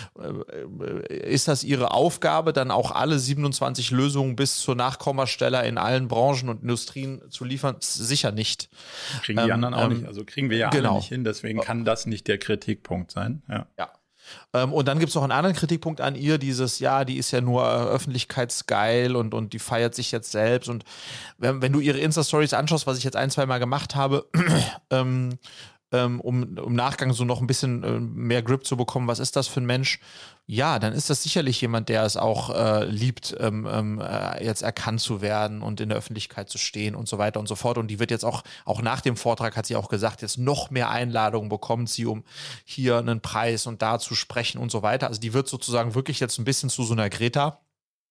ist das ihre Aufgabe, dann auch alle 27 Lösungen bis zur Nachkommastelle in allen Branchen und Industrien zu liefern? Sicher nicht. Kriegen die anderen auch nicht. Also kriegen wir ja alle nicht hin, deswegen kann das nicht der Kritikpunkt sein. Ja. Und dann gibt es noch einen anderen Kritikpunkt an ihr, die ist ja nur öffentlichkeitsgeil und die feiert sich jetzt selbst. Und wenn du ihre Insta-Stories anschaust, was ich jetzt 1-2 Mal gemacht habe, um im Nachgang so noch ein bisschen mehr Grip zu bekommen, was ist das für ein Mensch? Ja, dann ist das sicherlich jemand, der es auch liebt, jetzt erkannt zu werden und in der Öffentlichkeit zu stehen und so weiter und so fort. Und die wird jetzt auch nach dem Vortrag, hat sie auch gesagt, jetzt noch mehr Einladungen bekommt sie, um hier einen Preis und da zu sprechen und so weiter. Also die wird sozusagen wirklich jetzt ein bisschen zu so einer Greta.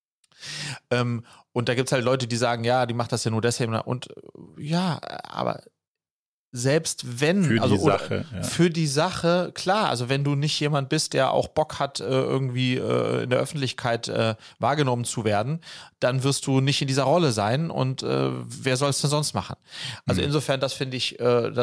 Und da gibt es halt Leute, die sagen, ja, die macht das ja nur deswegen. Und ja, aber selbst wenn, für die Sache, klar, also wenn du nicht jemand bist, der auch Bock hat, irgendwie in der Öffentlichkeit wahrgenommen zu werden, dann wirst du nicht in dieser Rolle sein und wer soll es denn sonst machen? Also insofern, das finde ich,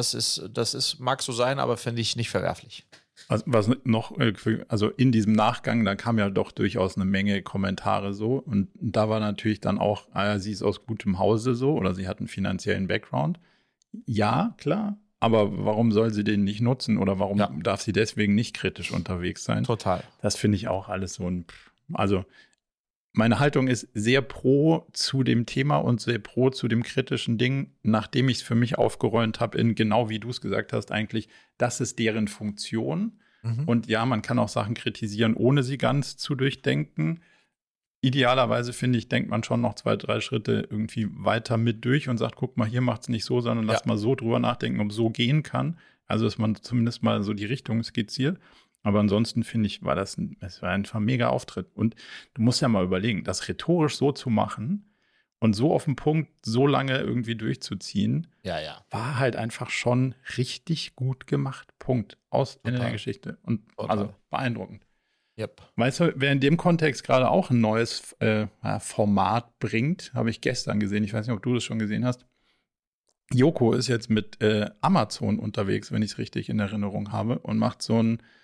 mag so sein, aber finde ich nicht verwerflich. Also was noch, also in diesem Nachgang, da kam ja doch durchaus eine Menge Kommentare so und da war natürlich dann auch, sie ist aus gutem Hause so oder sie hat einen finanziellen Background. Ja, klar, aber warum soll sie den nicht nutzen oder warum darf sie deswegen nicht kritisch unterwegs sein? Total. Das finde ich auch alles so also meine Haltung ist sehr pro zu dem Thema und sehr pro zu dem kritischen Ding, nachdem ich es für mich aufgeräumt habe, genau wie du es gesagt hast, eigentlich, das ist deren Funktion. Und ja, man kann auch Sachen kritisieren, ohne sie ganz zu durchdenken. Idealerweise, finde ich, denkt man schon noch 2, 3 Schritte irgendwie weiter mit durch und sagt, guck mal, hier macht es nicht so, sondern lass mal so drüber nachdenken, ob es so gehen kann. Also, dass man zumindest mal so die Richtung skizziert. Aber ansonsten, finde ich, es war einfach ein mega Auftritt. Und du musst ja mal überlegen, das rhetorisch so zu machen und so auf den Punkt so lange irgendwie durchzuziehen, war halt einfach schon richtig gut gemacht. Punkt. Aus Ende der Geschichte. Und also beeindruckend. Yep. Weißt du, wer in dem Kontext gerade auch ein neues Format bringt, habe ich gestern gesehen. Ich weiß nicht, ob du das schon gesehen hast. Joko ist jetzt mit Amazon unterwegs, wenn ich es richtig in Erinnerung habe, und macht so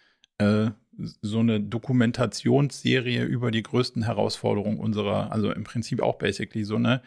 eine Dokumentationsserie über die größten Herausforderungen unserer, also im Prinzip auch basically so eine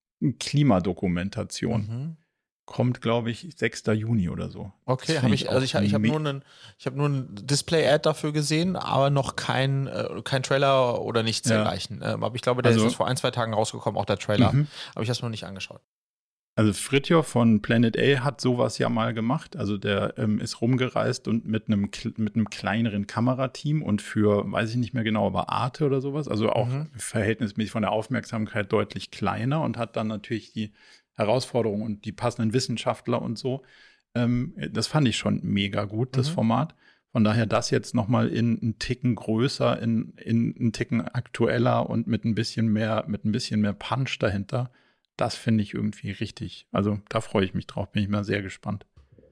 Klimadokumentation. Kommt, glaube ich, 6. Juni oder so. Okay, ich habe nur ein Display-Ad dafür gesehen, aber noch kein Trailer oder nichts dergleichen. Aber ich glaube, der ist vor 1-2 Tagen rausgekommen, auch der Trailer. Aber ich habe es noch nicht angeschaut. Also Fritjof von Planet A hat sowas ja mal gemacht. Also der ist rumgereist und mit einem kleineren Kamerateam und für, weiß ich nicht mehr genau, aber Arte oder sowas, also auch verhältnismäßig von der Aufmerksamkeit deutlich kleiner und hat dann natürlich die Herausforderungen und die passenden Wissenschaftler und so. Das fand ich schon mega gut, das Format. Von daher das jetzt nochmal in einen Ticken größer, in einen Ticken aktueller und mit ein bisschen mehr Punch dahinter. Das finde ich irgendwie richtig. Also da freue ich mich drauf, bin ich mal sehr gespannt.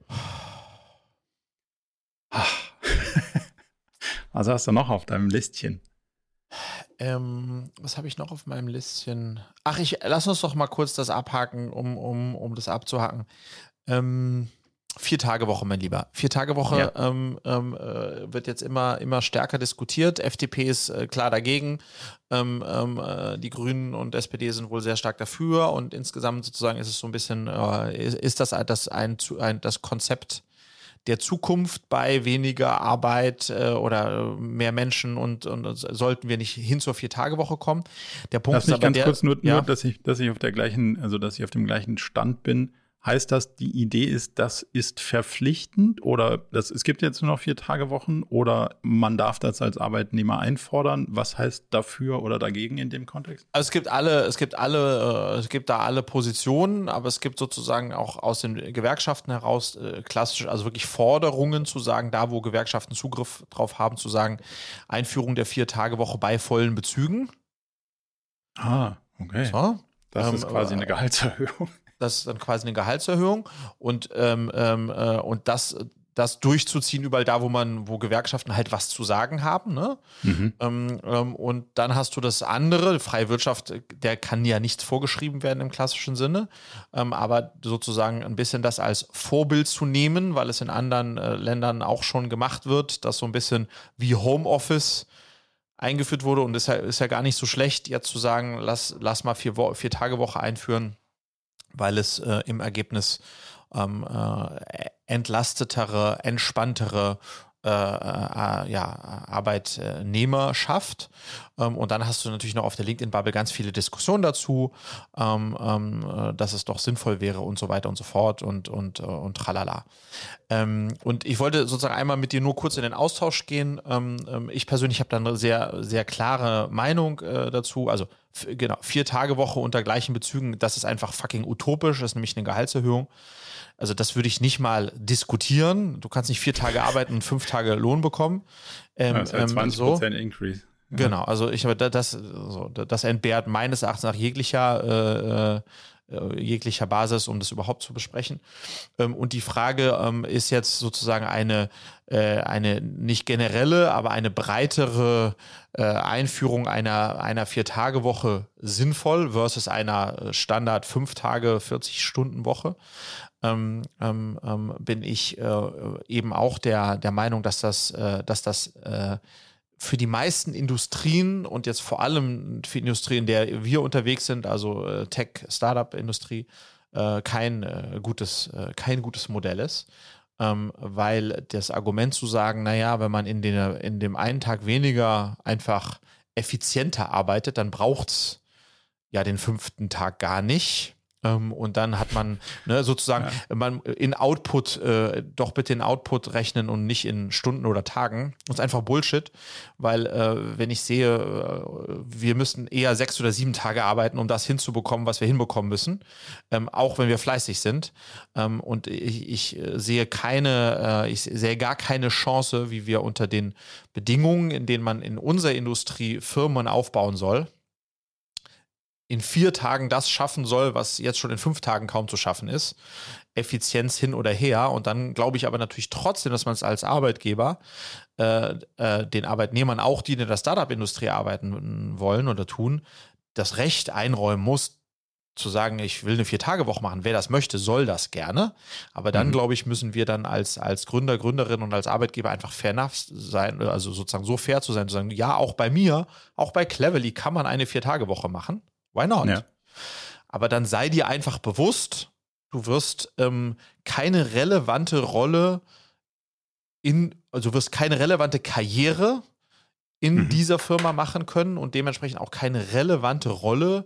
Was hast du noch auf deinem Listchen? Was habe ich noch auf meinem Listchen? Ach, lass uns doch mal kurz das abhaken, um das abzuhaken. 4-Tage-Woche, mein Lieber. 4-Tage-Woche wird jetzt immer stärker diskutiert. FDP ist klar dagegen. Die Grünen und SPD sind wohl sehr stark dafür. Und insgesamt sozusagen ist es so ein bisschen, ist das Konzept der Zukunft bei weniger Arbeit oder mehr Menschen und sollten wir nicht hin zur 4-Tage-Woche kommen. Der Punkt Lass ist mich aber ganz kurz nur, dass ich auf der gleichen, also dass ich auf dem gleichen Stand bin. Heißt das, die Idee ist, das ist verpflichtend oder es gibt jetzt nur noch 4-Tage-Wochen oder man darf das als Arbeitnehmer einfordern? Was heißt dafür oder dagegen in dem Kontext? Also es gibt da alle Positionen, aber es gibt sozusagen auch aus den Gewerkschaften heraus klassisch, also wirklich Forderungen zu sagen, da wo Gewerkschaften Zugriff drauf haben, zu sagen, Einführung der 4-Tage-Woche bei vollen Bezügen. Ah, okay. So. Das ist quasi eine Gehaltserhöhung. Das ist dann quasi eine Gehaltserhöhung und das durchzuziehen überall da, wo Gewerkschaften halt was zu sagen haben. Ne? Und dann hast du das andere, freie Wirtschaft, der kann ja nichts vorgeschrieben werden im klassischen Sinne, aber sozusagen ein bisschen das als Vorbild zu nehmen, weil es in anderen Ländern auch schon gemacht wird, dass so ein bisschen wie Homeoffice eingeführt wurde und deshalb ist ja gar nicht so schlecht, jetzt zu sagen, lass mal 4-Tage-Woche einführen, weil es im Ergebnis entlastetere, entspanntere Arbeitnehmer schafft. Und dann hast du natürlich noch auf der LinkedIn-Bubble ganz viele Diskussionen dazu, dass es doch sinnvoll wäre und so weiter und so fort und tralala. Und ich wollte sozusagen einmal mit dir nur kurz in den Austausch gehen. Ich persönlich habe da eine sehr, sehr klare Meinung dazu. Also 4-Tage-Woche unter gleichen Bezügen, das ist einfach fucking utopisch, das ist nämlich eine Gehaltserhöhung. Also das würde ich nicht mal diskutieren. Du kannst nicht 4 Tage arbeiten und 5 Tage Lohn bekommen. Das ist halt 20% Increase. Ja. Genau, also das entbehrt meines Erachtens nach jeglicher Basis, um das überhaupt zu besprechen. Und die Frage ist jetzt sozusagen eine nicht generelle, aber eine breitere Einführung einer 4-Tage-Woche sinnvoll versus einer Standard 5 Tage, 40-Stunden-Woche. Bin ich eben auch der Meinung, dass das für die meisten Industrien und jetzt vor allem für Industrie, in der wir unterwegs sind, also Tech-Startup-Industrie, kein gutes Modell ist. Weil das Argument zu sagen, naja, wenn man in dem einen Tag weniger einfach effizienter arbeitet, dann braucht es ja den 5. Tag gar nicht. Und dann hat man sozusagen man in Output, doch bitte in Output rechnen und nicht in Stunden oder Tagen. Das ist einfach Bullshit, weil wenn ich sehe, wir müssten eher 6 oder 7 Tage arbeiten, um das hinzubekommen, was wir hinbekommen müssen, auch wenn wir fleißig sind. Und ich sehe gar keine Chance, wie wir unter den Bedingungen, in denen man in unserer Industrie Firmen aufbauen soll, in 4 Tagen das schaffen soll, was jetzt schon in 5 Tagen kaum zu schaffen ist. Effizienz hin oder her. Und dann glaube ich aber natürlich trotzdem, dass man es als Arbeitgeber den Arbeitnehmern, auch die in der Startup-Industrie arbeiten wollen oder tun, das Recht einräumen muss, zu sagen, ich will eine 4-Tage-Woche machen. Wer das möchte, soll das gerne. Aber dann, glaube ich, müssen wir dann als Gründer, Gründerin und als Arbeitgeber einfach fair enough sein, also sozusagen so fair zu sein, zu sagen, ja, auch bei mir, auch bei Cleverly kann man eine 4-Tage-Woche machen. Why not? Ja. Aber dann sei dir einfach bewusst, du wirst keine relevante Rolle du wirst keine relevante Karriere in dieser Firma machen können und dementsprechend auch keine relevante Rolle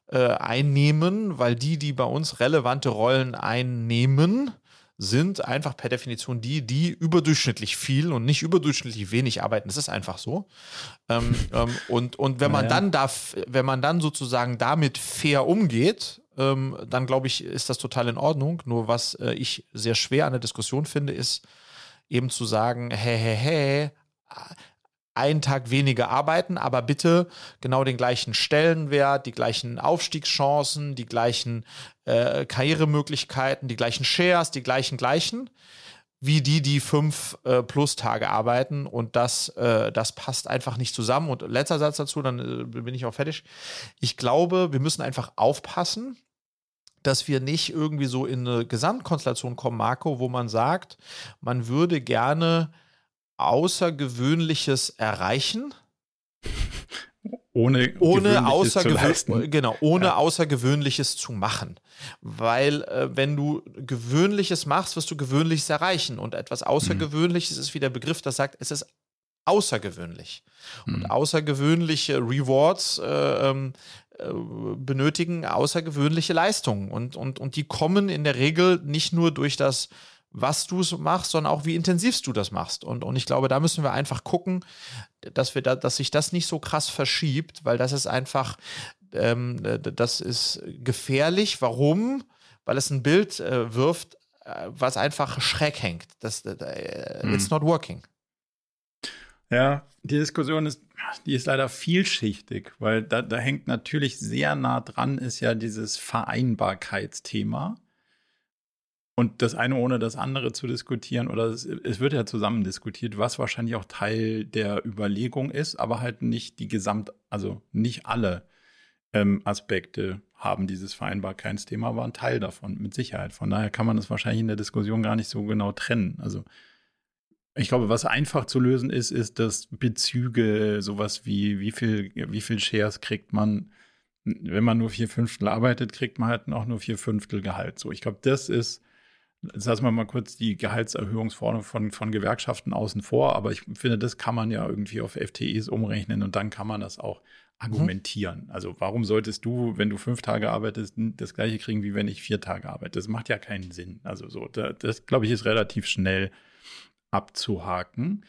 einnehmen, weil die bei uns relevante Rollen einnehmen, sind einfach per Definition die überdurchschnittlich viel und nicht überdurchschnittlich wenig arbeiten. Das ist einfach so. Und wenn man dann sozusagen damit fair umgeht, dann glaube ich, ist das total in Ordnung. Nur was ich sehr schwer an der Diskussion finde, ist eben zu sagen, hey, einen Tag weniger arbeiten, aber bitte genau den gleichen Stellenwert, die gleichen Aufstiegschancen, die gleichen Karrieremöglichkeiten, die gleichen Shares, die gleichen, wie die 5 Plus-Tage arbeiten. Und das passt einfach nicht zusammen. Und letzter Satz dazu, dann bin ich auch fertig. Ich glaube, wir müssen einfach aufpassen, dass wir nicht irgendwie so in eine Gesamtkonstellation kommen, Marco, wo man sagt, man würde gerne Außergewöhnliches erreichen, ohne Außergewöhnliches zu machen. Weil wenn du Gewöhnliches machst, wirst du Gewöhnliches erreichen. Und etwas Außergewöhnliches ist wie der Begriff, das sagt, es ist außergewöhnlich. Und außergewöhnliche Rewards benötigen außergewöhnliche Leistungen. Und die kommen in der Regel nicht nur durch das, was du machst, sondern auch, wie intensiv du das machst. Und ich glaube, da müssen wir einfach gucken, dass sich das nicht so krass verschiebt, weil das ist einfach, das ist gefährlich. Warum? Weil es ein Bild wirft, was einfach schräg hängt. It's not working. Ja, die Diskussion die ist leider vielschichtig, weil da hängt natürlich sehr nah dran, ist ja dieses Vereinbarkeitsthema. Und das eine ohne das andere zu diskutieren, oder es wird ja zusammen diskutiert, was wahrscheinlich auch Teil der Überlegung ist, aber halt nicht also nicht alle Aspekte haben dieses Vereinbarkeitsthema, aber ein Teil davon, mit Sicherheit. Von daher kann man das wahrscheinlich in der Diskussion gar nicht so genau trennen. Also ich glaube, was einfach zu lösen ist, dass Bezüge, sowas wie viel Shares kriegt man, wenn man nur 4/5 arbeitet, kriegt man halt auch nur 4/5 Gehalt. So, ich glaube, das ist. Jetzt lassen wir mal kurz die Gehaltserhöhungsforderung von Gewerkschaften außen vor, aber ich finde, das kann man ja irgendwie auf FTEs umrechnen und dann kann man das auch argumentieren. Also warum solltest du, wenn du 5 Tage arbeitest, das gleiche kriegen, wie wenn ich 4 Tage arbeite? Das macht ja keinen Sinn. Also so, das glaube ich, ist relativ schnell abzuhaken.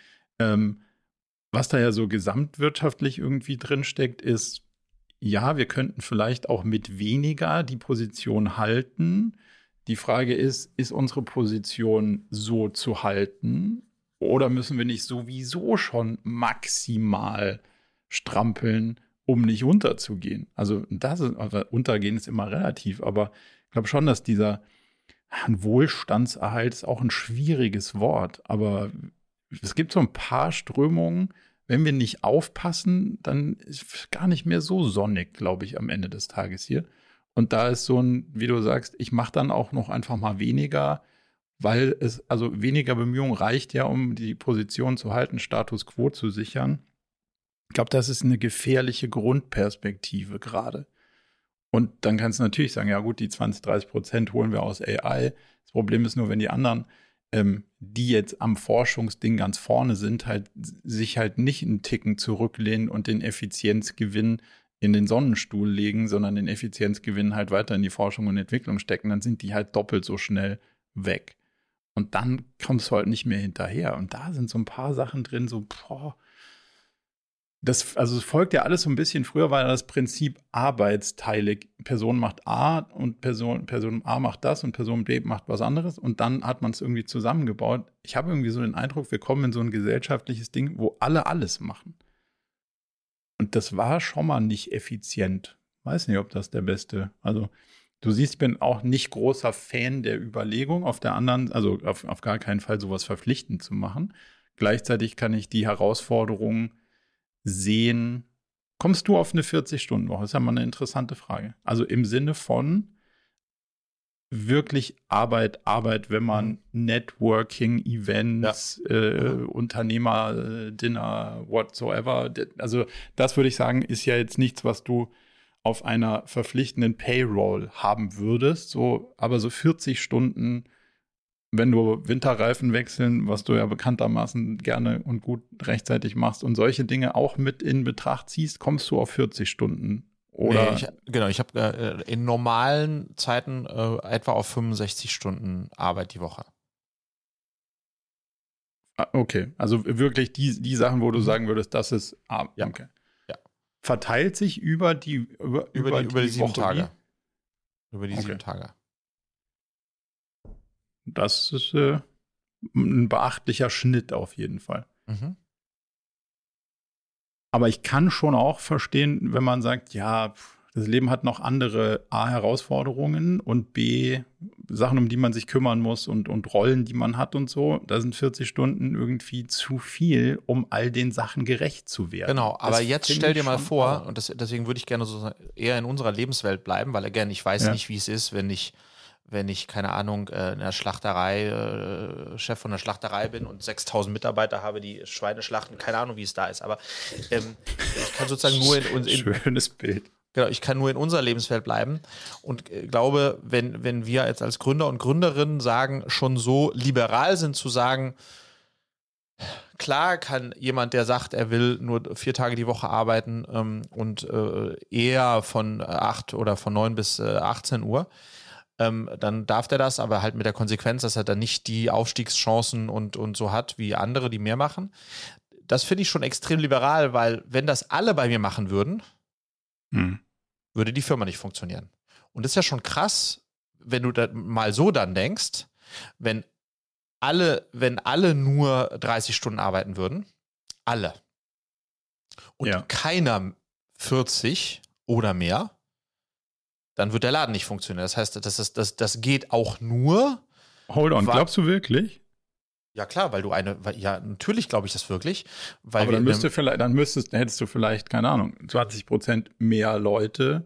Was da ja so gesamtwirtschaftlich irgendwie drinsteckt, ist, ja, wir könnten vielleicht auch mit weniger die Position halten. Die Frage ist unsere Position so zu halten oder müssen wir nicht sowieso schon maximal strampeln, um nicht unterzugehen? Also untergehen ist immer relativ, aber ich glaube schon, dass ein Wohlstandserhalt ist auch ein schwieriges Wort, aber es gibt so ein paar Strömungen, wenn wir nicht aufpassen, dann ist es gar nicht mehr so sonnig, glaube ich, am Ende des Tages hier. Und da ist so wie du sagst, ich mache dann auch noch einfach mal weniger, weil also weniger Bemühung reicht ja, um die Position zu halten, Status quo zu sichern. Ich glaube, das ist eine gefährliche Grundperspektive gerade. Und dann kannst du natürlich sagen, ja gut, die 20-30% holen wir aus AI. Das Problem ist nur, wenn die anderen, die jetzt am Forschungsding ganz vorne sind, sich nicht einen Ticken zurücklehnen und den Effizienzgewinn in den Sonnenstuhl legen, sondern den Effizienzgewinn weiter in die Forschung und Entwicklung stecken, dann sind die doppelt so schnell weg. Und dann kommst du nicht mehr hinterher. Und da sind so ein paar Sachen drin, es folgt ja alles so ein bisschen, früher war das Prinzip arbeitsteilig. Person macht A und Person A macht das und Person B macht was anderes und dann hat man es irgendwie zusammengebaut. Ich habe irgendwie so den Eindruck, wir kommen in so ein gesellschaftliches Ding, wo alle alles machen. Und das war schon mal nicht effizient. Weiß nicht, ob das der beste. Also, du siehst, ich bin auch nicht großer Fan der Überlegung. Auf der anderen, also auf gar keinen Fall sowas verpflichtend zu machen. Gleichzeitig kann ich die Herausforderung sehen. Kommst du auf eine 40-Stunden-Woche? Das ist ja mal eine interessante Frage. Also im Sinne von wirklich Arbeit, wenn man Networking, Events, Unternehmer-Dinner, whatsoever. Also das würde ich sagen, ist ja jetzt nichts, was du auf einer verpflichtenden Payroll haben würdest. Aber so 40 Stunden, wenn du Winterreifen wechseln, was du ja bekanntermaßen gerne und gut rechtzeitig machst und solche Dinge auch mit in Betracht ziehst, kommst du auf 40 Stunden Oder? Nee, ich habe in normalen Zeiten etwa auf 65 Stunden Arbeit die Woche. Okay, also wirklich die Sachen, wo du sagen würdest, das ist Ja. okay. Ja. Verteilt sich über die Über die 7 Woche Tage. Über die Okay. 7 Tage. Das ist ein beachtlicher Schnitt auf jeden Fall. Mhm. Aber ich kann schon auch verstehen, wenn man sagt, ja, das Leben hat noch andere A, Herausforderungen und B, Sachen, um die man sich kümmern muss und Rollen, die man hat und so. Da sind 40 Stunden irgendwie zu viel, um all den Sachen gerecht zu werden. Genau, aber Das jetzt finde stell ich dir mal schon vor, auch. und deswegen würde ich gerne so eher in unserer Lebenswelt bleiben, weil again, ich weiß nicht, wie es ist, wenn ich, keine Ahnung, in der Schlachterei, Chef von der Schlachterei bin und 6.000 Mitarbeiter habe, die Schweine schlachten, keine Ahnung, wie es da ist, aber ich kann sozusagen nur Schönes Bild. Genau, ich kann nur in unserer Lebenswelt bleiben und glaube, wenn wir jetzt als Gründer und Gründerinnen sagen, schon so liberal sind zu sagen, klar kann jemand, der sagt, er will nur 4 Tage die Woche arbeiten und eher von 8 oder von 9 bis 18 Uhr, dann darf der das, aber halt mit der Konsequenz, dass er dann nicht die Aufstiegschancen und so hat wie andere, die mehr machen. Das finde ich schon extrem liberal, weil wenn das alle bei mir machen würden, würde die Firma nicht funktionieren. Und das ist ja schon krass, wenn du da mal so dann denkst, wenn alle nur 30 Stunden arbeiten würden, alle, und keiner 40 oder mehr, dann wird der Laden nicht funktionieren. Das heißt, das geht auch nur. Hold on, glaubst du wirklich? Ja klar, ja, natürlich glaube ich das wirklich. Weil aber hättest du vielleicht, keine Ahnung, 20% mehr Leute,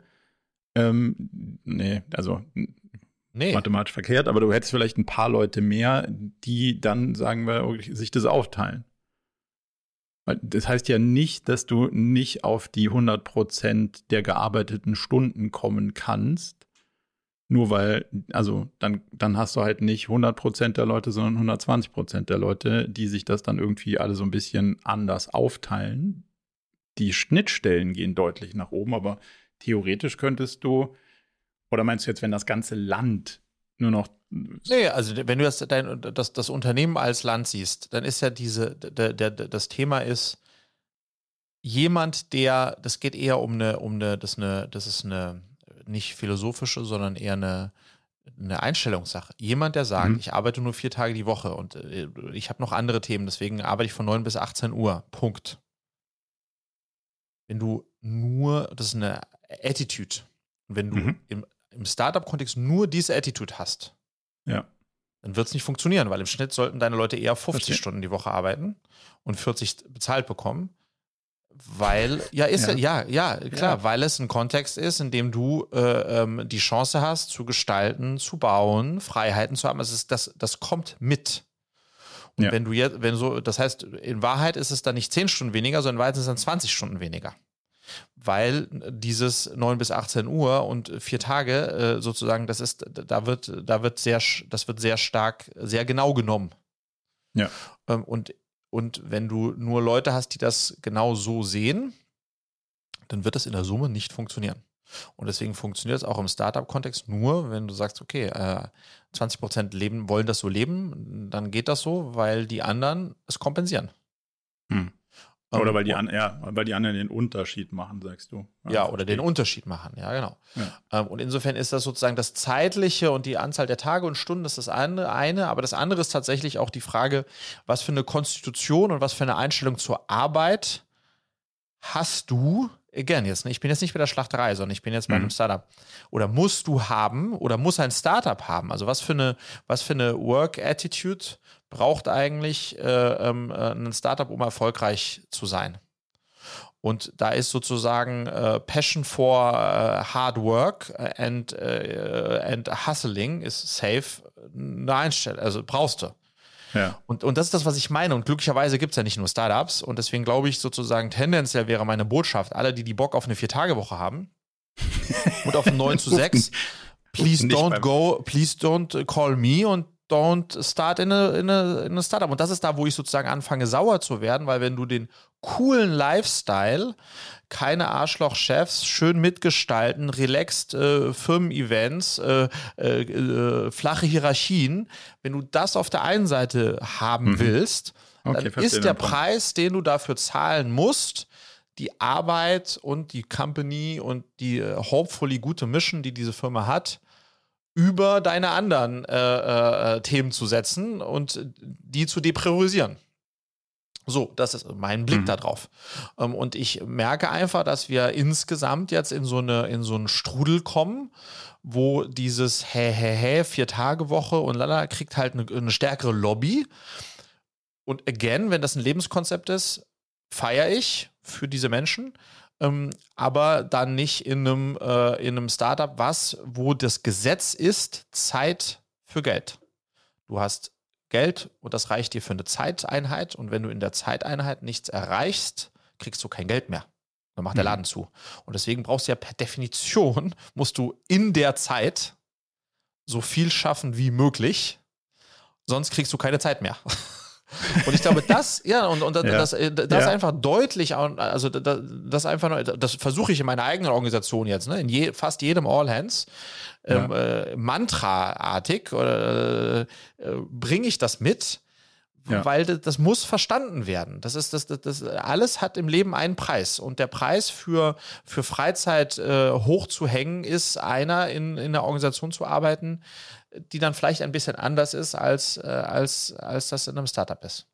mathematisch verkehrt, aber du hättest vielleicht ein paar Leute mehr, die dann, sagen wir, sich das aufteilen. Weil das heißt ja nicht, dass du nicht auf die 100% der gearbeiteten Stunden kommen kannst, nur weil, also dann hast du halt nicht 100% der Leute, sondern 120% der Leute, die sich das dann irgendwie alle so ein bisschen anders aufteilen. Die Schnittstellen gehen deutlich nach oben, aber theoretisch könntest du, oder meinst du jetzt, wenn das ganze Land nur noch. Nee, also wenn du das Unternehmen als Land siehst, dann ist ja das Thema ist jemand, das geht eher das ist eine nicht philosophische, sondern eher eine Einstellungssache. Jemand, der sagt, ich arbeite nur 4 Tage die Woche und ich habe noch andere Themen, deswegen arbeite ich von 9 bis 18 Uhr. Punkt. Wenn du das ist eine Attitude. Und wenn du im Startup-Kontext nur diese Attitude hast, dann wird es nicht funktionieren, weil im Schnitt sollten deine Leute eher 50 Stunden die Woche arbeiten und 40 bezahlt bekommen. Weil, weil es ein Kontext ist, in dem du die Chance hast, zu gestalten, zu bauen, Freiheiten zu haben. Das kommt mit. Und das heißt, in Wahrheit ist es dann nicht 10 Stunden weniger, sondern in Wahrheit sind es dann 20 Stunden weniger. Weil dieses 9 bis 18 Uhr und 4 Tage sozusagen, das wird sehr stark, sehr genau genommen. Ja. Und wenn du nur Leute hast, die das genau so sehen, dann wird das in der Summe nicht funktionieren. Und deswegen funktioniert es auch im Startup-Kontext nur, wenn du sagst, okay, 20% wollen das so leben, dann geht das so, weil die anderen es kompensieren. Oder weil die anderen den Unterschied machen, sagst du. Ja, oder den Unterschied machen, ja, genau. Ja. Und insofern ist das sozusagen das Zeitliche und die Anzahl der Tage und Stunden, das ist das eine, aber das andere ist tatsächlich auch die Frage, was für eine Konstitution und was für eine Einstellung zur Arbeit hast du, again jetzt, ich bin jetzt nicht bei der Schlachterei, sondern ich bin jetzt bei einem Startup. Oder musst du haben, oder muss ein Startup haben? Also was für eine Work-Attitude braucht eigentlich ein Startup, um erfolgreich zu sein? Und da ist sozusagen Passion for Hard Work and Hustling ist safe eine Einstellung, also brauchst du. Ja. Und das ist das, was ich meine. Und glücklicherweise gibt es ja nicht nur Startups. Und deswegen glaube ich sozusagen, tendenziell wäre meine Botschaft, alle, die Bock auf eine 4-Tage-Woche haben und auf ein 9 zu 6, please don't call me und don't start in a Startup. Und das ist da, wo ich sozusagen anfange, sauer zu werden, weil wenn du den coolen Lifestyle, keine Arschloch-Chefs, schön mitgestalten, relaxed Firmen-Events, flache Hierarchien, wenn du das auf der einen Seite haben willst, dann ist der Preis, den du dafür zahlen musst, die Arbeit und die Company und die hopefully gute Mission, die diese Firma hat, über deine anderen Themen zu setzen und die zu depriorisieren. So, das ist mein Blick da drauf. Und ich merke einfach, dass wir insgesamt jetzt in so einen Strudel kommen, wo dieses 4-Tage-Woche und lala kriegt halt eine stärkere Lobby. Und again, wenn das ein Lebenskonzept ist, feiere ich für diese Menschen, aber dann nicht in einem Startup, wo das Gesetz ist, Zeit für Geld. Du hast Geld und das reicht dir für eine Zeiteinheit und wenn du in der Zeiteinheit nichts erreichst, kriegst du kein Geld mehr. Dann macht der Laden zu. Und deswegen brauchst du ja per Definition, musst du in der Zeit so viel schaffen wie möglich, sonst kriegst du keine Zeit mehr. Und ich glaube, das einfach deutlich, also das einfach nur, das versuche ich in meiner eigenen Organisation jetzt, ne, in fast jedem All Hands, Mantra-artig bringe ich das mit, weil das muss verstanden werden. Das alles hat im Leben einen Preis und der Preis für Freizeit hochzuhängen ist einer in der Organisation zu arbeiten, die dann vielleicht ein bisschen anders ist, als das in einem Startup ist.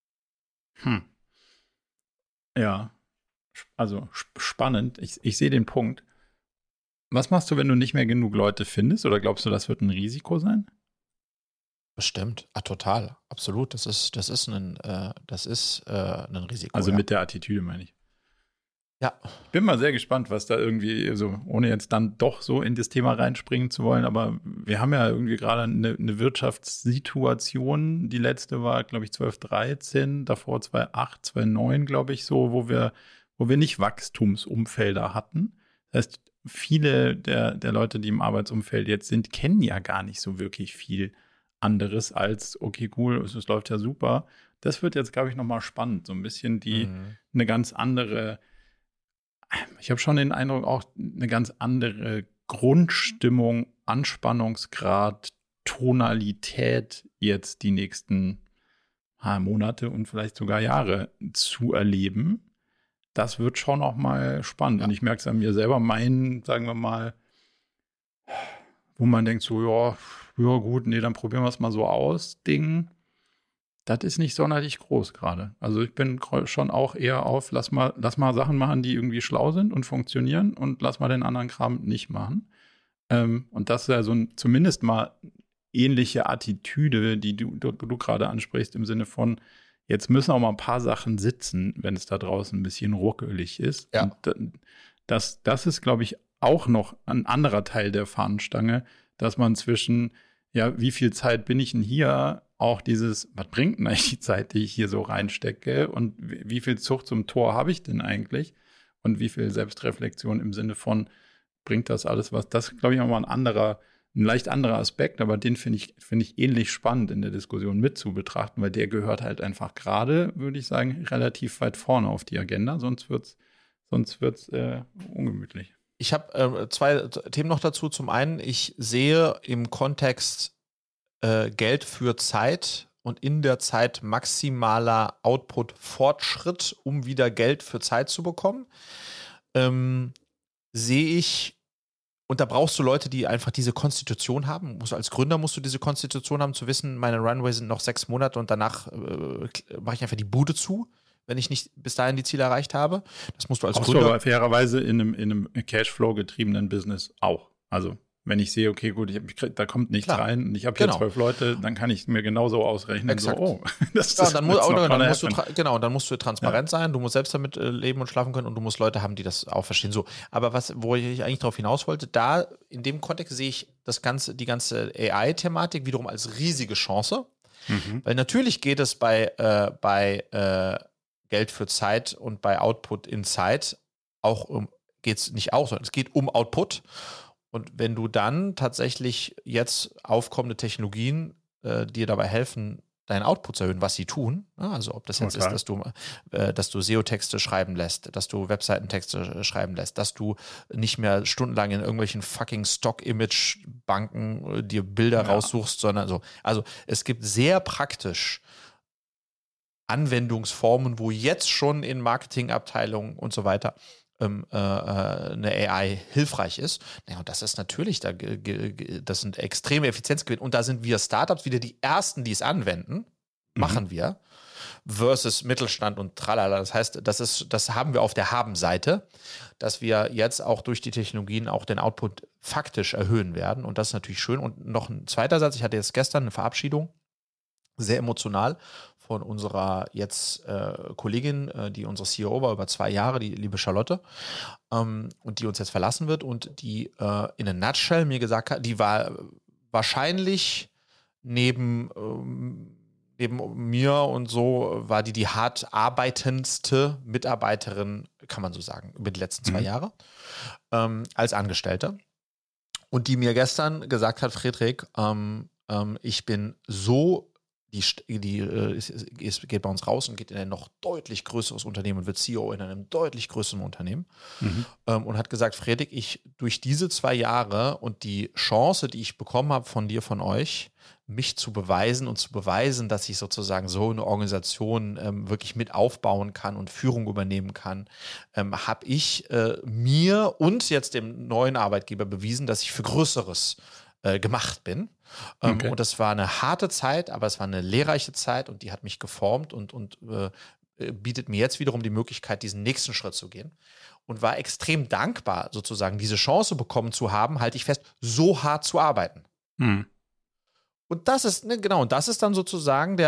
Ja, also spannend. Ich sehe den Punkt. Was machst du, wenn du nicht mehr genug Leute findest? Oder glaubst du, das wird ein Risiko sein? Bestimmt, total, absolut. Das ist ein Risiko. Also mit der Attitüde meine ich. Ja. Ich bin mal sehr gespannt, was da irgendwie, so ohne jetzt dann doch so in das Thema reinspringen zu wollen, aber wir haben ja irgendwie gerade eine Wirtschaftssituation. Die letzte war, glaube ich, 12, 13, davor 2008, 2009, glaube ich, so, wo wir nicht Wachstumsumfelder hatten. Das heißt, viele der Leute, die im Arbeitsumfeld jetzt sind, kennen ja gar nicht so wirklich viel anderes als, okay, cool, es läuft ja super. Das wird jetzt, glaube ich, nochmal spannend. So ein bisschen eine ganz andere, ich habe schon den Eindruck, auch eine ganz andere Grundstimmung, Anspannungsgrad, Tonalität jetzt die nächsten Monate und vielleicht sogar Jahre zu erleben. Das wird schon auch mal spannend. Ja. Und ich merke es an mir selber, sagen wir mal, wo man denkt so, ja gut, nee, dann probieren wir es mal so aus, Ding. Das ist nicht sonderlich groß gerade. Also ich bin schon auch eher auf, lass mal Sachen machen, die irgendwie schlau sind und funktionieren und lass mal den anderen Kram nicht machen. Und das ist ja so zumindest mal ähnliche Attitüde, die du gerade ansprichst, im Sinne von, jetzt müssen auch mal ein paar Sachen sitzen, wenn es da draußen ein bisschen ruckelig ist. Ja. Und das ist, glaube ich, auch noch ein anderer Teil der Fahnenstange, dass man zwischen, ja, wie viel Zeit bin ich denn hier, auch dieses, was bringt denn eigentlich die Zeit, die ich hier so reinstecke und wie viel Zucht zum Tor habe ich denn eigentlich und wie viel Selbstreflexion im Sinne von, bringt das alles was? Das ist, glaube ich, nochmal ein leicht anderer Aspekt, aber den finde ich ähnlich spannend in der Diskussion mit zu betrachten, weil der gehört halt einfach gerade, würde ich sagen, relativ weit vorne auf die Agenda, sonst wird's ungemütlich. Ich habe 2 Themen noch dazu. Zum einen, ich sehe im Kontext Geld für Zeit und in der Zeit maximaler Output-Fortschritt, um wieder Geld für Zeit zu bekommen, sehe ich, und da brauchst du Leute, die einfach diese Konstitution haben. Als Gründer musst du diese Konstitution haben, zu wissen, meine Runway sind noch 6 Monate und danach mache ich einfach die Bude zu, wenn ich nicht bis dahin die Ziele erreicht habe. Das musst du als Gründer. Aber fairerweise in einem Cashflow-getriebenen Business auch. Also wenn ich sehe, okay, gut, da kommt nichts rein und ich habe hier 12 Leute, dann kann ich mir genauso ausrechnen. Exakt. So, dann musst du transparent sein, du musst selbst damit leben und schlafen können und du musst Leute haben, die das auch verstehen. So, aber wo ich eigentlich darauf hinaus wollte, da in dem Kontext sehe ich die ganze AI-Thematik wiederum als riesige Chance, weil natürlich geht es bei Geld für Zeit und bei Output in Zeit geht es nicht auch, sondern es geht um Output. Und wenn du dann tatsächlich jetzt aufkommende Technologien dir dabei helfen, deinen Output zu erhöhen, was sie tun. Also ob das jetzt ist, dass du SEO-Texte schreiben lässt, dass du Webseitentexte schreiben lässt, dass du nicht mehr stundenlang in irgendwelchen fucking Stock-Image-Banken dir Bilder raussuchst, sondern so. Also es gibt sehr praktisch Anwendungsformen, wo jetzt schon in Marketingabteilungen und so weiter eine AI hilfreich ist. Naja, und das ist natürlich, das sind extreme Effizienzgewinne. Und da sind wir Startups wieder die Ersten, die es anwenden, machen wir, versus Mittelstand und tralala. Das heißt, das haben wir auf der Haben-Seite, dass wir jetzt auch durch die Technologien auch den Output faktisch erhöhen werden. Und das ist natürlich schön. Und noch ein zweiter Satz, ich hatte jetzt gestern eine Verabschiedung, sehr emotional, von unserer jetzt Kollegin, die unsere CEO war über 2 Jahre, die liebe Charlotte, und die uns jetzt verlassen wird und die in a nutshell mir gesagt hat, die war wahrscheinlich neben mir und so, war die hart arbeitendste Mitarbeiterin, kann man so sagen, über die letzten 2 Jahre als Angestellte. Und die mir gestern gesagt hat, Friedrich, ich bin so geht bei uns raus und geht in ein noch deutlich größeres Unternehmen und wird CEO in einem deutlich größeren Unternehmen und hat gesagt, Friedrich, durch diese 2 Jahre und die Chance, die ich bekommen habe von dir, von euch, mich zu beweisen und zu beweisen, dass ich sozusagen so eine Organisation wirklich mit aufbauen kann und Führung übernehmen kann, habe ich mir und jetzt dem neuen Arbeitgeber bewiesen, dass ich für Größeres gemacht bin. Okay. Und das war eine harte Zeit, aber es war eine lehrreiche Zeit und die hat mich geformt und bietet mir jetzt wiederum die Möglichkeit, diesen nächsten Schritt zu gehen. Und war extrem dankbar, sozusagen diese Chance bekommen zu haben, halte ich fest, so hart zu arbeiten. Und das ist, ne, genau, und das ist dann sozusagen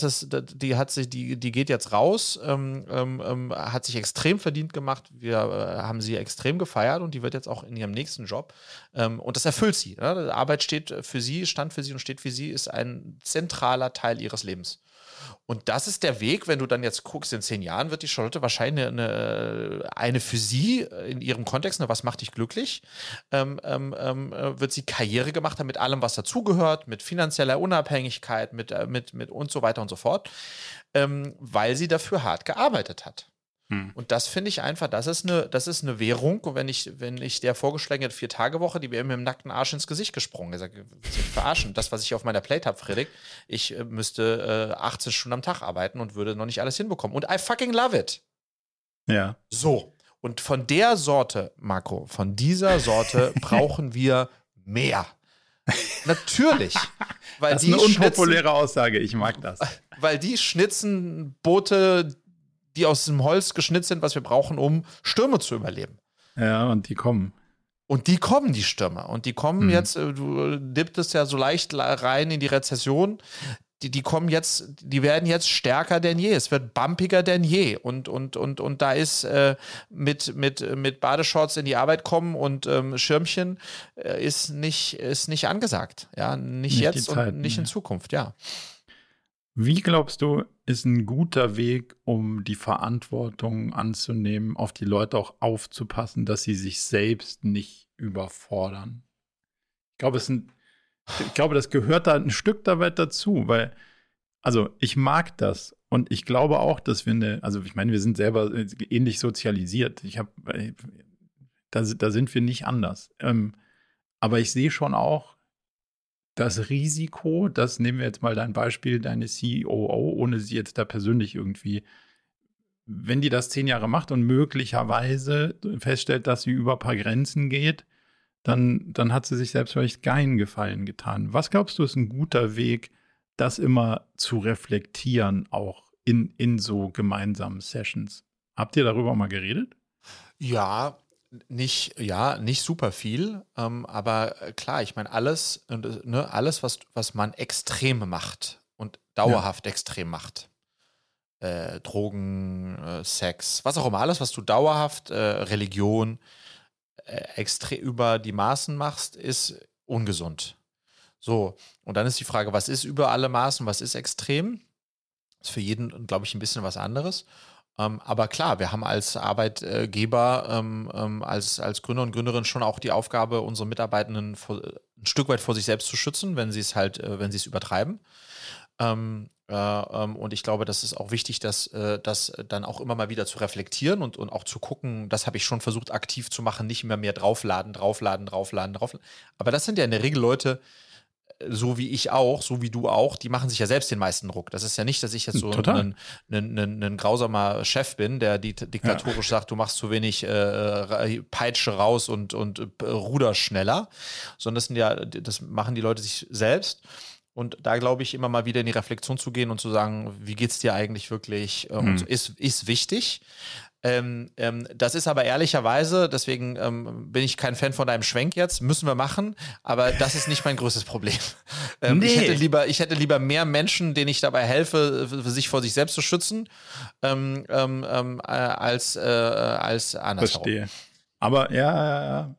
die geht jetzt raus, hat sich extrem verdient gemacht. Wir haben sie extrem gefeiert und die wird jetzt auch in ihrem nächsten Job. Und das erfüllt sie. Ne? Arbeit stand für sie und steht für sie, ist ein zentraler Teil ihres Lebens. Und das ist der Weg, wenn du dann jetzt guckst, in 10 Jahren wird die Charlotte wahrscheinlich eine für sie in ihrem Kontext, was macht dich glücklich, wird sie Karriere gemacht haben mit allem, was dazugehört, mit finanzieller Unabhängigkeit, mit und so weiter und so fort, weil sie dafür hart gearbeitet hat. Und das finde ich einfach, das ist eine Währung. Und wenn ich der vorgeschlagen hätte 4-Tage-Woche, die wäre mir im nackten Arsch ins Gesicht gesprungen. Er sagt, willst du mich verarschen? Das, was ich auf meiner Plate habe, Friedrich, ich müsste 18 Stunden am Tag arbeiten und würde noch nicht alles hinbekommen. Und I fucking love it. Ja. So. Und von der Sorte, Marco, von dieser Sorte brauchen wir mehr. Natürlich. Weil das ist eine unpopuläre Aussage, ich mag das. Weil die Schnitzenboote, die aus dem Holz geschnitzt sind, was wir brauchen, um Stürme zu überleben. Ja, und die kommen. Und die kommen, die Stürme. Und die kommen jetzt, du dipptest ja so leicht rein in die Rezession, die kommen jetzt, die werden jetzt stärker denn je. Es wird bumpiger denn je. Und da ist mit Badeshorts in die Arbeit kommen und Schirmchen ist nicht angesagt. Ja, nicht jetzt und nicht in Zukunft, ja. Wie glaubst du, ist ein guter Weg, um die Verantwortung anzunehmen, auf die Leute auch aufzupassen, dass sie sich selbst nicht überfordern? Ich glaube, das gehört da ein Stück dabei dazu, weil, also ich mag das und ich glaube auch, dass wir sind selber ähnlich sozialisiert. Da sind wir nicht anders. Aber ich sehe schon auch, das Risiko, das nehmen wir jetzt mal dein Beispiel, deine COO, ohne sie jetzt da persönlich irgendwie, wenn die das 10 Jahre macht und möglicherweise feststellt, dass sie über ein paar Grenzen geht, dann hat sie sich selbst vielleicht keinen Gefallen getan. Was glaubst du, ist ein guter Weg, das immer zu reflektieren, auch in so gemeinsamen Sessions? Habt ihr darüber mal geredet? Ja, nicht super viel, aber klar, ich meine, alles, was man extrem macht und dauerhaft extrem macht, Drogen, Sex, was auch immer, alles, was du dauerhaft, Religion, extrem über die Maßen machst, ist ungesund. So, und dann ist die Frage, was ist über alle Maßen, was ist extrem? Ist für jeden, glaube ich, ein bisschen was anderes. Aber klar, wir haben als Arbeitgeber, als Gründer und Gründerin schon auch die Aufgabe, unsere Mitarbeitenden ein Stück weit vor sich selbst zu schützen, wenn sie es übertreiben. Und ich glaube, das ist auch wichtig, das dann auch immer mal wieder zu reflektieren und auch zu gucken, das habe ich schon versucht aktiv zu machen, nicht immer mehr draufladen. Aber das sind ja in der Regel Leute, so wie ich auch, so wie du auch, die machen sich ja selbst den meisten Druck. Das ist ja nicht, dass ich jetzt so ein grausamer Chef bin, der diktatorisch sagt, du machst zu wenig Peitsche raus und Ruder schneller, sondern das machen die Leute sich selbst. Und da glaube ich, immer mal wieder in die Reflexion zu gehen und zu sagen, wie geht's dir eigentlich wirklich, und so, ist wichtig. Das ist aber ehrlicherweise, deswegen bin ich kein Fan von deinem Schwenk jetzt, müssen wir machen, aber das ist nicht mein größtes Problem. Nee. Ich hätte lieber mehr Menschen, denen ich dabei helfe, sich vor sich selbst zu schützen, als andersherum. Verstehe. Aber ja.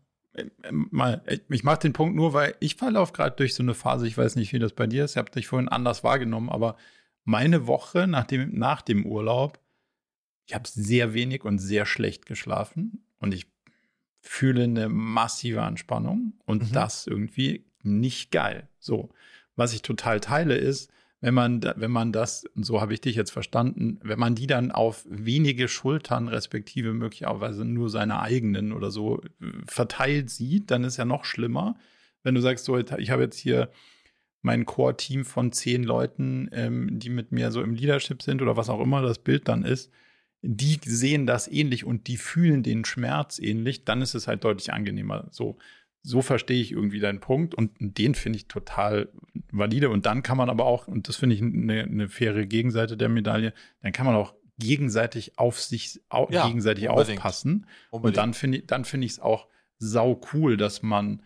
Ich mache den Punkt nur, weil ich verlaufe gerade durch so eine Phase, ich weiß nicht, wie das bei dir ist, ich habe dich vorhin anders wahrgenommen, aber meine Woche nach dem Urlaub, ich habe sehr wenig und sehr schlecht geschlafen und ich fühle eine massive Anspannung und das irgendwie nicht geil. So, was ich total teile ist, wenn man das, und so habe ich dich jetzt verstanden, wenn man die dann auf wenige Schultern, respektive möglicherweise nur seine eigenen oder so verteilt sieht, dann ist ja noch schlimmer. Wenn du sagst, so, ich habe jetzt hier mein Core-Team von 10 Leuten, die mit mir so im Leadership sind oder was auch immer das Bild dann ist, die sehen das ähnlich und die fühlen den Schmerz ähnlich, dann ist es halt deutlich angenehmer. So verstehe ich irgendwie deinen Punkt und den finde ich total valide. Und dann kann man aber auch, und das finde ich eine faire Gegenseite der Medaille, dann kann man auch gegenseitig gegenseitig aufpassen. Unbedingt. Und dann finde ich es auch sau cool, dass man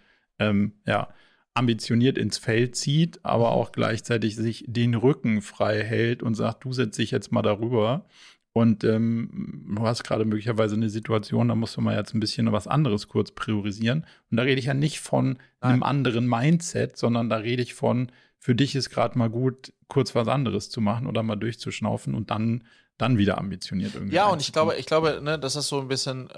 ambitioniert ins Feld zieht, aber auch gleichzeitig sich den Rücken frei hält und sagt, du setzt dich jetzt mal darüber. Und du hast gerade möglicherweise eine Situation, da musst du mal jetzt ein bisschen was anderes kurz priorisieren. Und da rede ich ja nicht von einem anderen Mindset, sondern da rede ich von, für dich ist gerade mal gut, kurz was anderes zu machen oder mal durchzuschnaufen und dann wieder ambitioniert irgendwie. Ja, und ich glaube, ne, das ist so ein bisschen,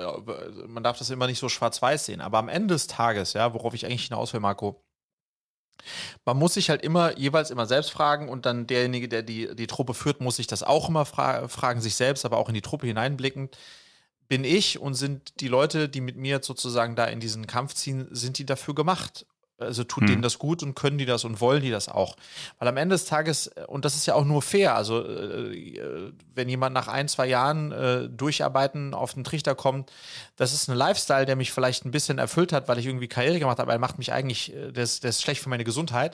man darf das immer nicht so schwarz-weiß sehen. Aber am Ende des Tages, ja, worauf ich eigentlich hinaus will, Marco, man muss sich halt jeweils immer selbst fragen und dann derjenige, der die Truppe führt, muss sich das auch immer fragen, sich selbst, aber auch in die Truppe hineinblickend. Bin ich und sind die Leute, die mit mir sozusagen da in diesen Kampf ziehen, sind die dafür gemacht? Also tut denen das gut und können die das und wollen die das auch? Weil am Ende des Tages, und das ist ja auch nur fair, also wenn jemand nach 1-2 Jahren Durcharbeiten auf den Trichter kommt, das ist ein Lifestyle, der mich vielleicht ein bisschen erfüllt hat, weil ich irgendwie Karriere gemacht habe, aber er macht mich eigentlich, der ist schlecht für meine Gesundheit,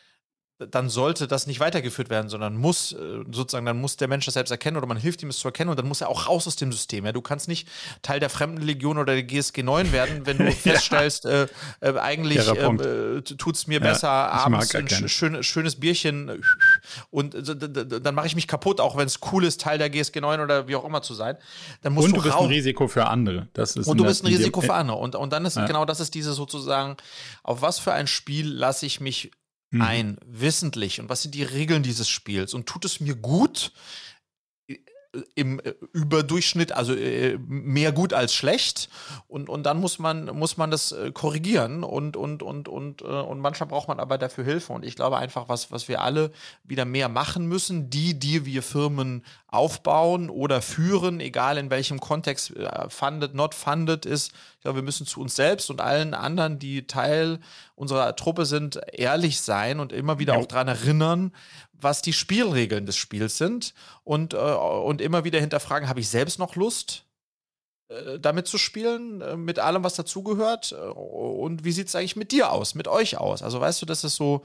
dann sollte das nicht weitergeführt werden, sondern dann muss der Mensch das selbst erkennen oder man hilft ihm es zu erkennen und dann muss er auch raus aus dem System. Ja? Du kannst nicht Teil der Fremdenlegion oder der GSG 9 werden, wenn du feststellst, eigentlich tut es mir besser, abends ein schönes Bierchen und dann mache ich mich kaputt, auch wenn es cool ist, Teil der GSG 9 oder wie auch immer zu sein. Dann musst und du bist ein Risiko für andere. Und du bist ein Risiko für andere. Und dann ist genau das ist diese sozusagen, auf was für ein Spiel lasse ich mich ein, wissentlich, und was sind die Regeln dieses Spiels und tut es mir gut im Überdurchschnitt, also mehr gut als schlecht und dann muss man das korrigieren und manchmal braucht man aber dafür Hilfe und ich glaube einfach, was wir alle wieder mehr machen müssen, die wir Firmen aufbauen oder führen, egal in welchem Kontext, funded, not funded ist. Ich glaube, wir müssen zu uns selbst und allen anderen, die Teil unserer Truppe sind, ehrlich sein und immer wieder auch daran erinnern, was die Spielregeln des Spiels sind und immer wieder hinterfragen, habe ich selbst noch Lust, damit zu spielen, mit allem, was dazugehört und wie sieht es eigentlich mit dir aus, mit euch aus? Also weißt du, das ist so,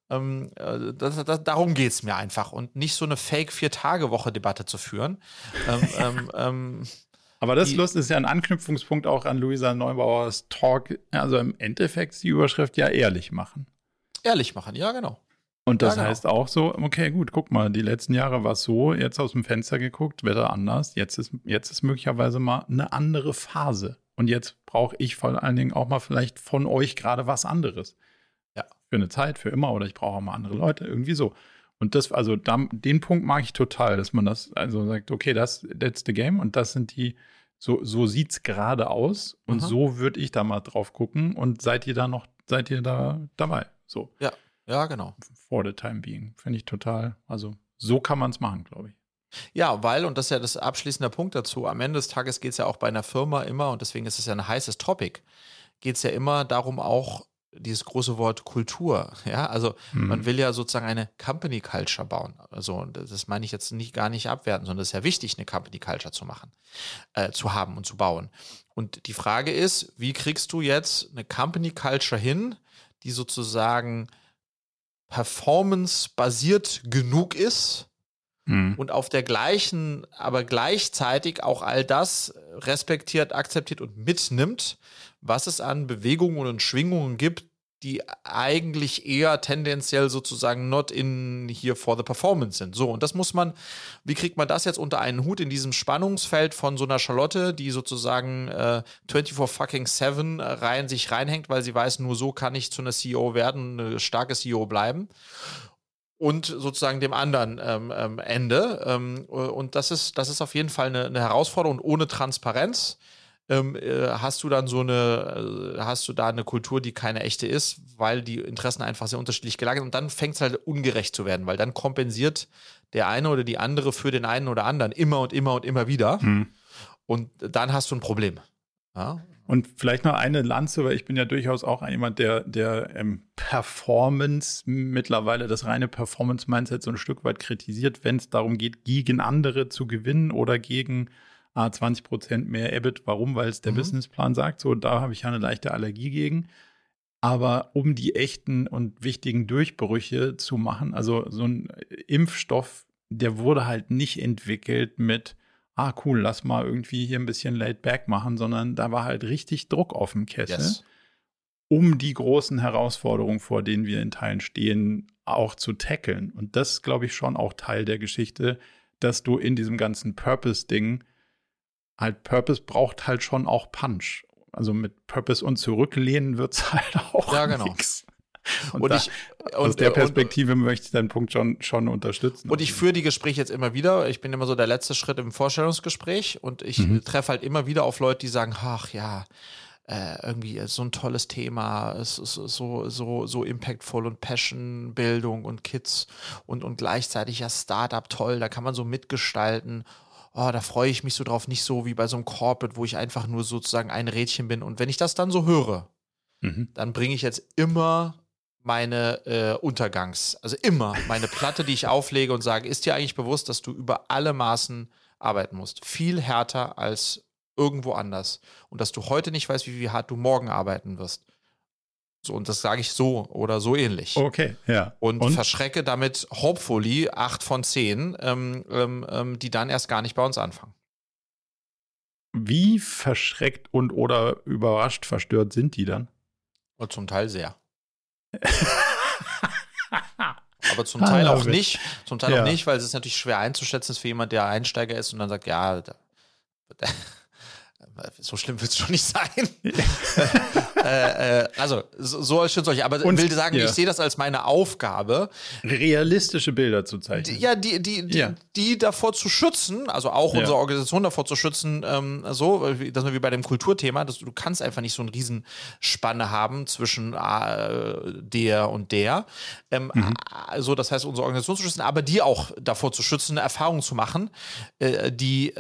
darum geht es mir einfach und nicht so eine Fake-4-Tage-Woche-Debatte zu führen. Aber das ist ja ein Anknüpfungspunkt auch an Luisa Neubauers Talk, also im Endeffekt die Überschrift ja ehrlich machen. Ehrlich machen, ja genau. Und das heißt auch so, okay, gut, guck mal, die letzten Jahre war es so, jetzt aus dem Fenster geguckt, Wetter anders, jetzt ist möglicherweise mal eine andere Phase. Und jetzt brauche ich vor allen Dingen auch mal vielleicht von euch gerade was anderes. Ja. Für eine Zeit, für immer, oder ich brauche auch mal andere Leute, irgendwie so. Und das, also den Punkt mag ich total, dass man das also sagt, okay, that's the game und das sind die, so sieht's gerade aus und so würde ich da mal drauf gucken und seid ihr da noch seid ihr da dabei. So. Ja, genau. For the time being. Finde ich total, also so kann man es machen, glaube ich. Ja, weil, und das ist ja das abschließende Punkt dazu, am Ende des Tages geht es ja auch bei einer Firma immer, und deswegen ist es ja ein heißes Topic, geht es ja immer darum, auch dieses große Wort Kultur. Ja, also man will ja sozusagen eine Company Culture bauen. Also das meine ich jetzt gar nicht abwerten, sondern es ist ja wichtig, eine Company Culture zu machen, zu haben und zu bauen. Und die Frage ist, wie kriegst du jetzt eine Company Culture hin, die sozusagen performance-basiert genug ist, und auf der gleichen, aber gleichzeitig auch all das respektiert, akzeptiert und mitnimmt, was es an Bewegungen und Schwingungen gibt, die eigentlich eher tendenziell sozusagen not in here for the performance sind. So, und das muss man, wie kriegt man das jetzt unter einen Hut in diesem Spannungsfeld von so einer Charlotte, die sozusagen 24/7 sich reinhängt, weil sie weiß, nur so kann ich zu einer CEO werden, eine starke CEO bleiben. Und sozusagen dem anderen Ende. Und das ist auf jeden Fall eine Herausforderung. Und ohne Transparenz hast du dann hast du da eine Kultur, die keine echte ist, weil die Interessen einfach sehr unterschiedlich gelagert sind. Und dann fängt es halt ungerecht zu werden, weil dann kompensiert der eine oder die andere für den einen oder anderen immer und immer und immer wieder. Und dann hast du ein Problem. Ja? Und vielleicht noch eine Lanze, weil ich bin ja durchaus auch jemand, der Performance mittlerweile, das reine Performance-Mindset so ein Stück weit kritisiert, wenn es darum geht, gegen andere zu gewinnen oder gegen 20% mehr EBIT. Warum? Weil es der Businessplan sagt. So, da habe ich ja eine leichte Allergie gegen. Aber um die echten und wichtigen Durchbrüche zu machen, also so ein Impfstoff, der wurde halt nicht entwickelt mit cool, lass mal irgendwie hier ein bisschen laid back machen, sondern da war halt richtig Druck auf dem Kessel, um die großen Herausforderungen, vor denen wir in Teilen stehen, auch zu tackeln. Und das ist, glaube ich, schon auch Teil der Geschichte, dass du in diesem ganzen Purpose-Ding halt, Purpose braucht halt schon auch Punch. Also mit Purpose und Zurücklehnen wird es halt auch nix. Und aus der Perspektive möchte ich deinen Punkt schon unterstützen. Und ich führe die Gespräche jetzt immer wieder. Ich bin immer so der letzte Schritt im Vorstellungsgespräch und ich treffe halt immer wieder auf Leute, die sagen, ach ja, irgendwie so ein tolles Thema, es ist so impactful und Passion-Bildung und Kids und gleichzeitig ja Startup, toll, da kann man so mitgestalten. Oh, da freue ich mich so drauf, nicht so wie bei so einem Corporate, wo ich einfach nur sozusagen ein Rädchen bin. Und wenn ich das dann so höre, dann bringe ich jetzt immer meine also immer meine Platte, die ich auflege und sage, ist dir eigentlich bewusst, dass du über alle Maßen arbeiten musst? Viel härter als irgendwo anders. Und dass du heute nicht weißt, wie hart du morgen arbeiten wirst. So, und das sage ich so oder so ähnlich. Okay, ja. Und verschrecke damit hopefully 8 von 10, die dann erst gar nicht bei uns anfangen. Wie verschreckt und oder überrascht, verstört sind die dann? Und zum Teil sehr. Aber zum Teil auch nicht. Zum Teil auch nicht, weil es ist natürlich schwer einzuschätzen ist für jemand, der Einsteiger ist und dann sagt, ja, so schlimm wird es schon nicht sein. Also, so schön solche. Aber ich will sagen, ich sehe das als meine Aufgabe, realistische Bilder zu zeichnen. Die davor zu schützen, also auch unsere Organisation davor zu schützen, das ist wie bei dem Kulturthema, dass du kannst einfach nicht so eine Riesenspanne haben zwischen der und der. Also, das heißt, unsere Organisation zu schützen, aber die auch davor zu schützen, eine Erfahrung zu machen, die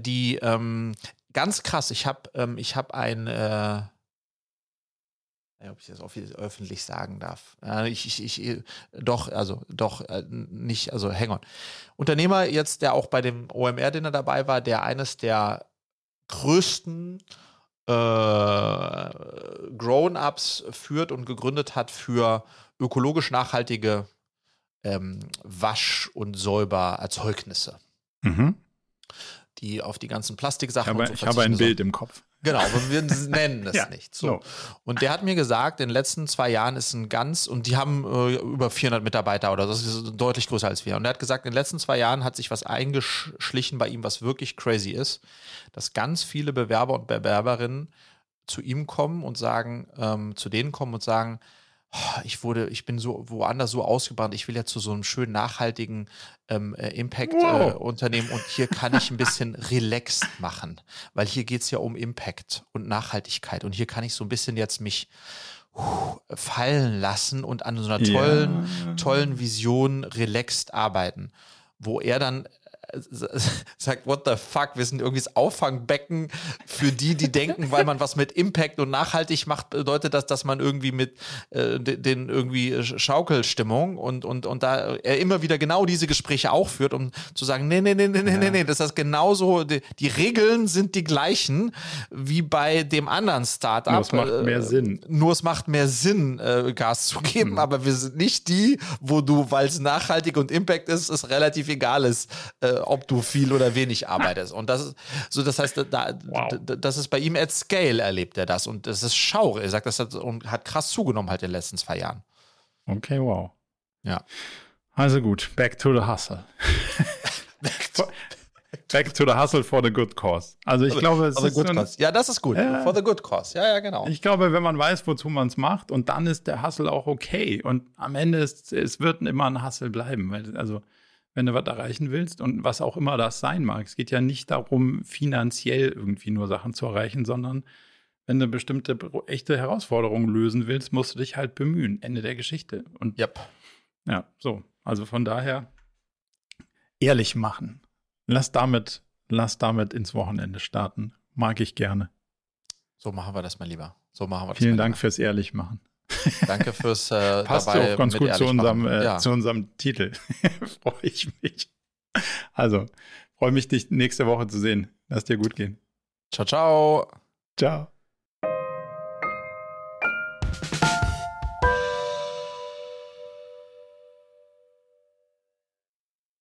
ganz krass, ich habe ein, ob ich das öffentlich sagen darf. Nicht, also hang on. Unternehmer jetzt, der auch bei dem OMR-Dinner dabei war, der eines der größten Grown-Ups führt und gegründet hat für ökologisch nachhaltige Wasch- und Säubererzeugnisse. Die auf die ganzen Plastiksachen und so. Ich habe ein Bild im Kopf. Genau, aber wir nennen es nicht. So. No. Und der hat mir gesagt, in den letzten 2 Jahren ist und die haben über 400 Mitarbeiter oder das ist deutlich größer als wir. Und er hat gesagt, in den letzten 2 Jahren hat sich was eingeschlichen bei ihm, was wirklich crazy ist, dass ganz viele Bewerber und Bewerberinnen zu ihm kommen und sagen, ich bin so woanders so ausgebrannt, ich will ja zu so einem schönen nachhaltigen Impact-Unternehmen und hier kann ich ein bisschen relaxed machen, weil hier geht es ja um Impact und Nachhaltigkeit und hier kann ich so ein bisschen jetzt mich fallen lassen und an so einer tollen Vision relaxed arbeiten, wo er dann sagt, what the fuck, wir sind irgendwie das Auffangbecken für die denken, weil man was mit Impact und nachhaltig macht, bedeutet das, dass man irgendwie mit den irgendwie Schaukelstimmung und da er immer wieder genau diese Gespräche auch führt, um zu sagen, nee, das ist genauso, die Regeln sind die gleichen wie bei dem anderen Startup. Nur es macht mehr Sinn. Nur es macht mehr Sinn, Gas zu geben, aber wir sind nicht die, wo du, weil es nachhaltig und Impact ist, es relativ egal ist, ob du viel oder wenig arbeitest. Und das ist so, das heißt, das ist bei ihm at scale erlebt er das. Und das ist schaurig. Er sagt, das hat krass zugenommen halt in den letzten 2 Jahren. Okay, wow. Ja. Also gut, back to the hustle. Back to the hustle for the good cause. Also ich glaube, es ist ja, das ist gut. For the good cause. Ja, genau. Ich glaube, wenn man weiß, wozu man es macht, und dann ist der Hustle auch okay. Und am Ende es wird immer ein Hustle bleiben. Also wenn du was erreichen willst und was auch immer das sein mag. Es geht ja nicht darum, finanziell irgendwie nur Sachen zu erreichen, sondern wenn du bestimmte echte Herausforderungen lösen willst, musst du dich halt bemühen. Ende der Geschichte. Und ja, so. Also von daher ehrlich machen. Lass damit ins Wochenende starten. Mag ich gerne. So machen wir das mal lieber. Vielen Dank fürs Ehrlichmachen. Danke fürs Passt dabei auch ganz gut zu unserem Titel. Freue ich mich. Also, freue mich, dich nächste Woche zu sehen. Lass dir gut gehen. Ciao, ciao. Ciao.